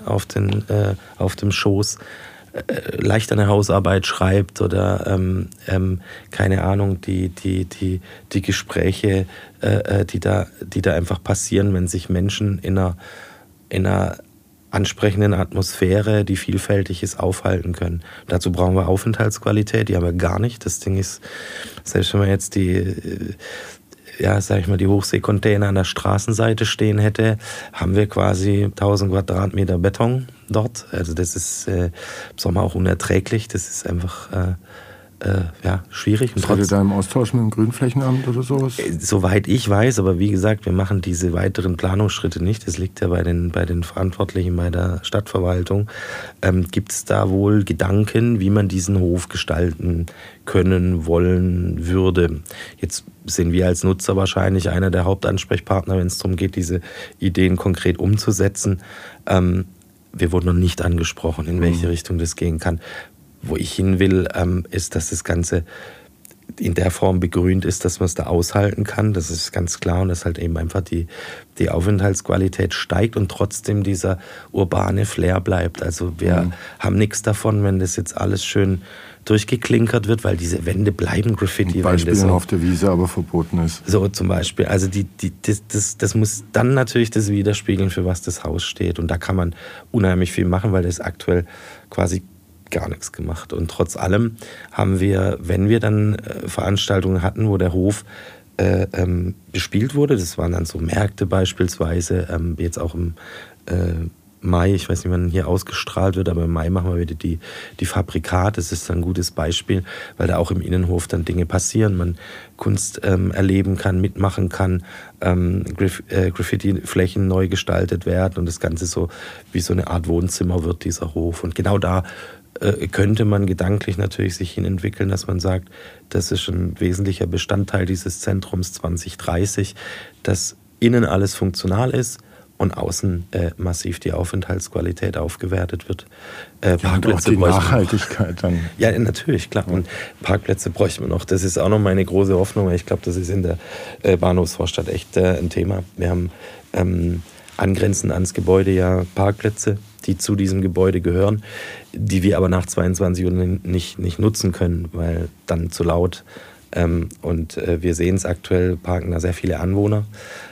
Schoß leicht eine Hausarbeit schreibt oder keine Ahnung, die Gespräche, die da einfach passieren, wenn sich Menschen in einer ansprechenden Atmosphäre, die vielfältig ist, aufhalten können. Dazu brauchen wir Aufenthaltsqualität, die haben wir gar nicht. Das Ding ist, selbst wenn man jetzt die Hochseekontainer an der Straßenseite stehen hätte, haben wir quasi 1000 Quadratmeter Beton dort. Also das ist im Sommer auch unerträglich. Das ist einfach schwierig. Seid ihr da im Austausch mit dem Grünflächenamt oder sowas? Soweit ich weiß, aber wie gesagt, wir machen diese weiteren Planungsschritte nicht. Das liegt ja bei den Verantwortlichen bei der Stadtverwaltung. Gibt es da wohl Gedanken, wie man diesen Hof gestalten können, wollen würde? Jetzt sind wir als Nutzer wahrscheinlich einer der Hauptansprechpartner, wenn es darum geht, diese Ideen konkret umzusetzen. Wir wurden noch nicht angesprochen, in welche Richtung das gehen kann. Wo ich hin will, ist, dass das Ganze in der Form begrünt ist, dass man es da aushalten kann. Das ist ganz klar und dass halt eben einfach die Aufenthaltsqualität steigt und trotzdem dieser urbane Flair bleibt. Also wir haben nichts davon, wenn das jetzt alles schön durchgeklinkert wird, weil diese Wände bleiben Graffiti-Wände. Beispiel so. Auf der Wiese aber verboten ist. So zum Beispiel. Also das muss dann natürlich das widerspiegeln, für was das Haus steht. Und da kann man unheimlich viel machen, weil das aktuell quasi gar nichts gemacht. Und trotz allem haben wir, wenn wir dann Veranstaltungen hatten, wo der Hof bespielt wurde, das waren dann so Märkte beispielsweise, jetzt auch im Mai, ich weiß nicht, wann hier ausgestrahlt wird, aber im Mai machen wir wieder die Fabrikat. Das ist ein gutes Beispiel, weil da auch im Innenhof dann Dinge passieren, man Kunst erleben kann, mitmachen kann, Graffiti-Flächen neu gestaltet werden und das Ganze so wie so eine Art Wohnzimmer wird, dieser Hof. Und genau da könnte man gedanklich natürlich sich hin entwickeln, dass man sagt, das ist ein wesentlicher Bestandteil dieses Zentrums 2030, dass innen alles funktional ist und außen massiv die Aufenthaltsqualität aufgewertet wird. Und auch die Nachhaltigkeit dann. Ja, natürlich, klar. Und Parkplätze bräuchten wir noch. Das ist auch noch meine große Hoffnung. Ich glaube, das ist in der Bahnhofsvorstadt echt ein Thema. Wir haben angrenzend ans Gebäude ja Parkplätze, die zu diesem Gebäude gehören, die wir aber nach 22 Uhr nicht nutzen können, weil dann zu laut. Und wir sehen es aktuell, parken da sehr viele Anwohner.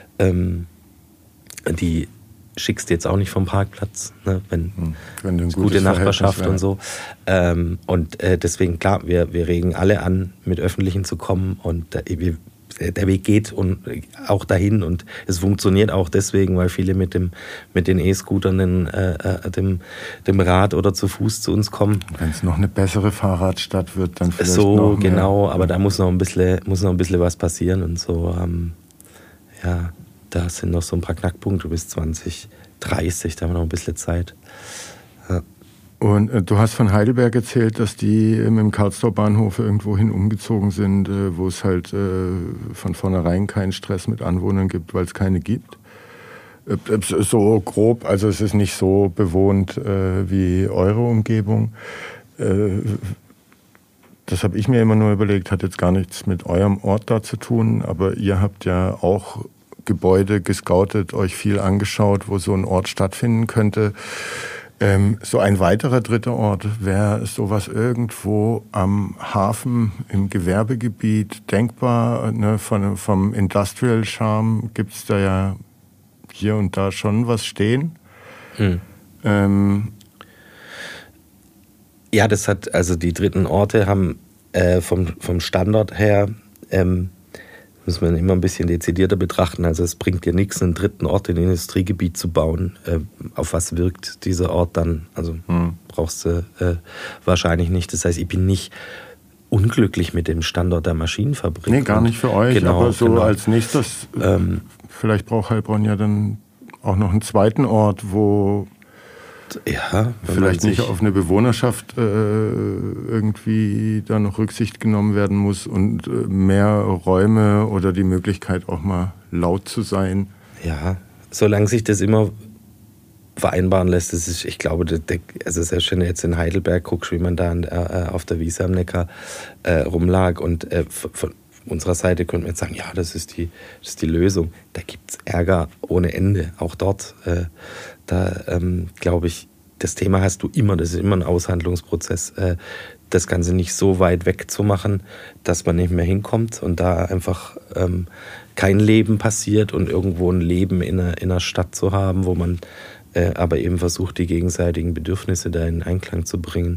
Die schickst du jetzt auch nicht vom Parkplatz, ne, wenn gute Nachbarschaft und so. Und deswegen, klar, wir regen alle an, mit Öffentlichen zu kommen und der Weg geht und auch dahin und es funktioniert auch deswegen, weil viele mit den E-Scootern, dem Rad oder zu Fuß zu uns kommen. Wenn es noch eine bessere Fahrradstadt wird, dann vielleicht so, noch mehr. Genau, aber da muss noch ein bisschen was passieren und so. Da sind noch so ein paar Knackpunkte bis 30, da haben wir noch ein bisschen Zeit. Ja. Und du hast von Heidelberg erzählt, dass die mit dem Karlsruher Bahnhof irgendwo hin umgezogen sind, wo es halt von vornherein keinen Stress mit Anwohnern gibt, weil es keine gibt. So grob, also es ist nicht so bewohnt wie eure Umgebung. Das habe ich mir immer nur überlegt, hat jetzt gar nichts mit eurem Ort da zu tun, aber ihr habt ja auch Gebäude gescoutet, euch viel angeschaut, wo so ein Ort stattfinden könnte. So ein weiterer dritter Ort wäre sowas irgendwo am Hafen im Gewerbegebiet denkbar. Ne? Vom Industrial Charme gibt es da ja hier und da schon was stehen. Ja, das hat, also die dritten Orte haben vom Standort her, muss man immer ein bisschen dezidierter betrachten. Also es bringt dir nichts, einen dritten Ort in ein Industriegebiet zu bauen. Auf was wirkt dieser Ort dann? Also brauchst du wahrscheinlich nicht. Das heißt, ich bin nicht unglücklich mit dem Standort der Maschinenfabrik. Nee, gar nicht für euch, genau, aber so genau. als nächstes, vielleicht braucht Heilbronn ja dann auch noch einen zweiten Ort, wo ja, vielleicht nicht auf eine Bewohnerschaft irgendwie da noch Rücksicht genommen werden muss und mehr Räume oder die Möglichkeit auch mal laut zu sein. Ja, solange sich das immer vereinbaren lässt, das ist, ich glaube, also selbst wenn du jetzt in Heidelberg guckst, wie man da auf der Wiese am Neckar rumlag und von unserer Seite könnte man jetzt sagen, ja, das ist die Lösung. Da gibt es Ärger ohne Ende, auch dort. Glaube ich, das Thema hast du immer, das ist immer ein Aushandlungsprozess, das Ganze nicht so weit weg zu machen, dass man nicht mehr hinkommt und da einfach kein Leben passiert und irgendwo ein Leben in einer Stadt zu haben, wo man aber eben versucht, die gegenseitigen Bedürfnisse da in Einklang zu bringen.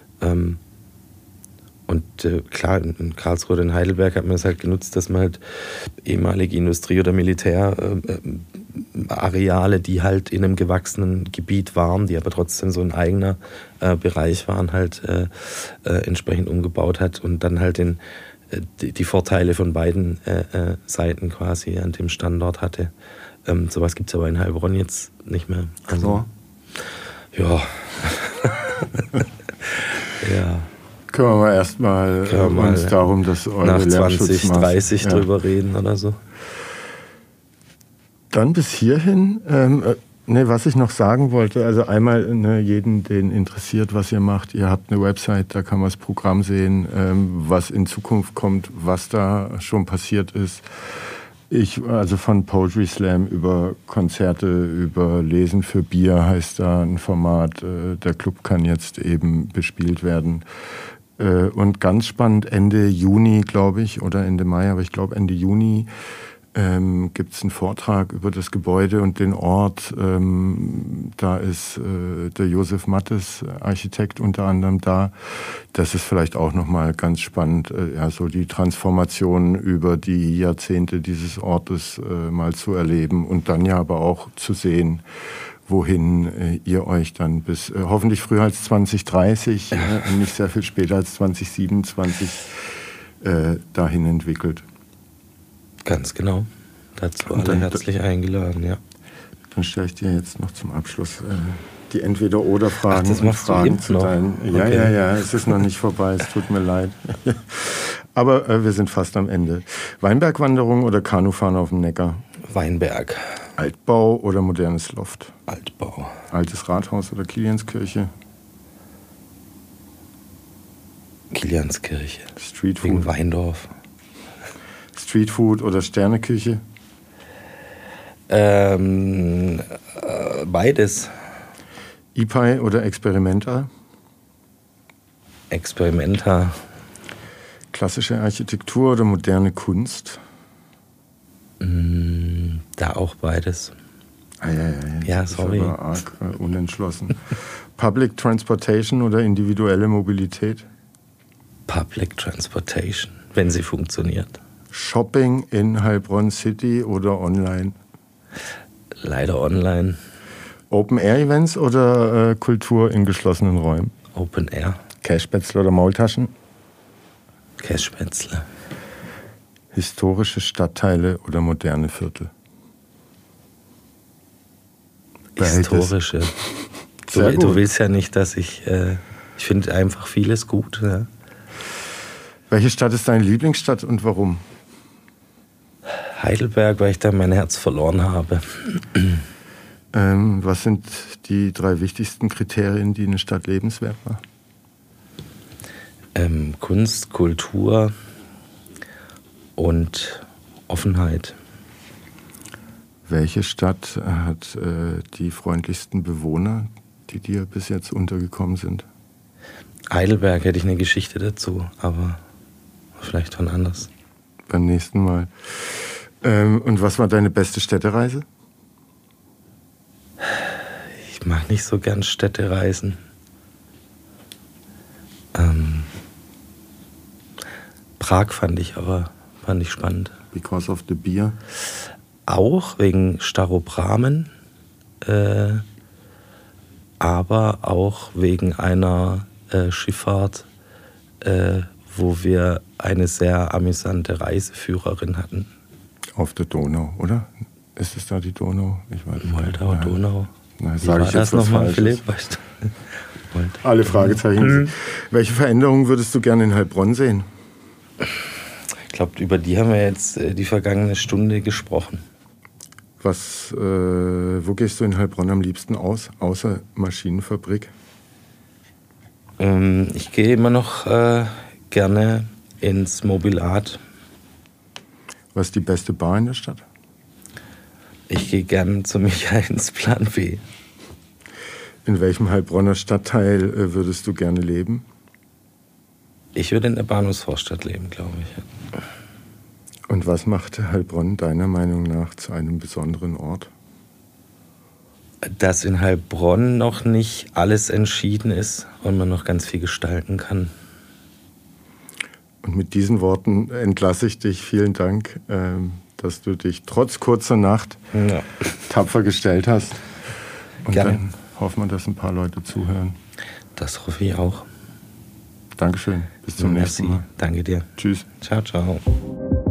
Und klar, in Karlsruhe oder in Heidelberg hat man es halt genutzt, dass man halt ehemalige Industrie- oder Militärareale, die halt in einem gewachsenen Gebiet waren, die aber trotzdem so ein eigener Bereich waren, halt entsprechend umgebaut hat und dann halt die Vorteile von beiden Seiten quasi an dem Standort hatte. Sowas gibt es aber in Heilbronn jetzt nicht mehr. Also, ja. Ja. Können wir mal erstmal uns darum, dass eure nach 2030 drüber reden oder so. Dann bis hierhin, was ich noch sagen wollte, also einmal jeden, den interessiert, was ihr macht, ihr habt eine Website, da kann man das Programm sehen, was in Zukunft kommt, was da schon passiert ist. Also von Poetry Slam über Konzerte, über Lesen für Bier heißt da ein Format, der Club kann jetzt eben bespielt werden. Und ganz spannend, Ende Juni, glaube ich, oder Ende Mai, aber ich glaube Ende Juni gibt es einen Vortrag über das Gebäude und den Ort. Da ist der Josef Mattes, Architekt, unter anderem da. Das ist vielleicht auch nochmal ganz spannend, so die Transformation über die Jahrzehnte dieses Ortes mal zu erleben und dann ja aber auch zu sehen, wohin ihr euch dann bis hoffentlich früher als 2030 und nicht sehr viel später als 2027 dahin entwickelt. Ganz genau. Dazu alle herzlich eingeladen, ja. Dann stelle ich dir jetzt noch zum Abschluss die Entweder-Oder-Fragen und Fragen zu deinen. Okay. Ja, es ist noch nicht vorbei, es tut mir leid. Aber wir sind fast am Ende. Weinbergwanderung oder Kanufahren auf dem Neckar? Weinberg. Altbau oder modernes Loft? Altbau. Altes Rathaus oder Kilianskirche? Kilianskirche. Streetfood. Wegen Weindorf. Streetfood oder Sterneküche? Beides. E-Pie oder Experimenta? Experimenta. Klassische Architektur oder moderne Kunst? Da auch beides. Ja, sorry. Ist aber arg unentschlossen. Public Transportation oder individuelle Mobilität? Public Transportation, wenn sie funktioniert. Shopping in Heilbronn City oder online? Leider online. Open-Air-Events oder Kultur in geschlossenen Räumen? Open Air. Cashspätzle oder Maultaschen? Cashspätzle. Historische Stadtteile oder moderne Viertel? Historische. Du willst ja nicht, dass ich finde einfach vieles gut. Ja. Welche Stadt ist deine Lieblingsstadt und warum? Heidelberg, weil ich da mein Herz verloren habe. Was sind die 3 wichtigsten Kriterien, die eine Stadt lebenswert macht? Kunst, Kultur und Offenheit. Welche Stadt hat die freundlichsten Bewohner, die dir bis jetzt untergekommen sind? Heidelberg hätte ich eine Geschichte dazu, aber vielleicht wann anders. Beim nächsten Mal. Und was war deine beste Städtereise? Ich mag nicht so gern Städtereisen. Prag fand ich spannend. Because of the beer? Auch wegen Staropramen, aber auch wegen einer Schifffahrt, wo wir eine sehr amüsante Reiseführerin hatten. Auf der Donau, oder? Ist es da die Donau? Ich weiß nicht. Moldau, Donau. Na, sage ich jetzt was Falsches? Philipp? Alle Fragezeichen. Welche Veränderungen würdest du gerne in Heilbronn sehen? Ich glaube, über die haben wir jetzt die vergangene Stunde gesprochen. Wo gehst du in Heilbronn am liebsten aus, außer Maschinenfabrik? Ich gehe immer noch gerne ins Mobilat. Was ist die beste Bar in der Stadt? Ich gehe gerne zu Michael ins Plan B. In welchem Heilbronner Stadtteil würdest du gerne leben? Ich würde in der Bahnhofsvorstadt leben, glaube ich. Und was macht Heilbronn deiner Meinung nach zu einem besonderen Ort? Dass in Heilbronn noch nicht alles entschieden ist und man noch ganz viel gestalten kann. Und mit diesen Worten entlasse ich dich. Vielen Dank, dass du dich trotz kurzer Nacht tapfer gestellt hast. Und gerne. Dann hoffen wir, dass ein paar Leute zuhören. Das hoffe ich auch. Dankeschön. Bis zum nächsten Mal. Danke dir. Tschüss. Ciao, ciao.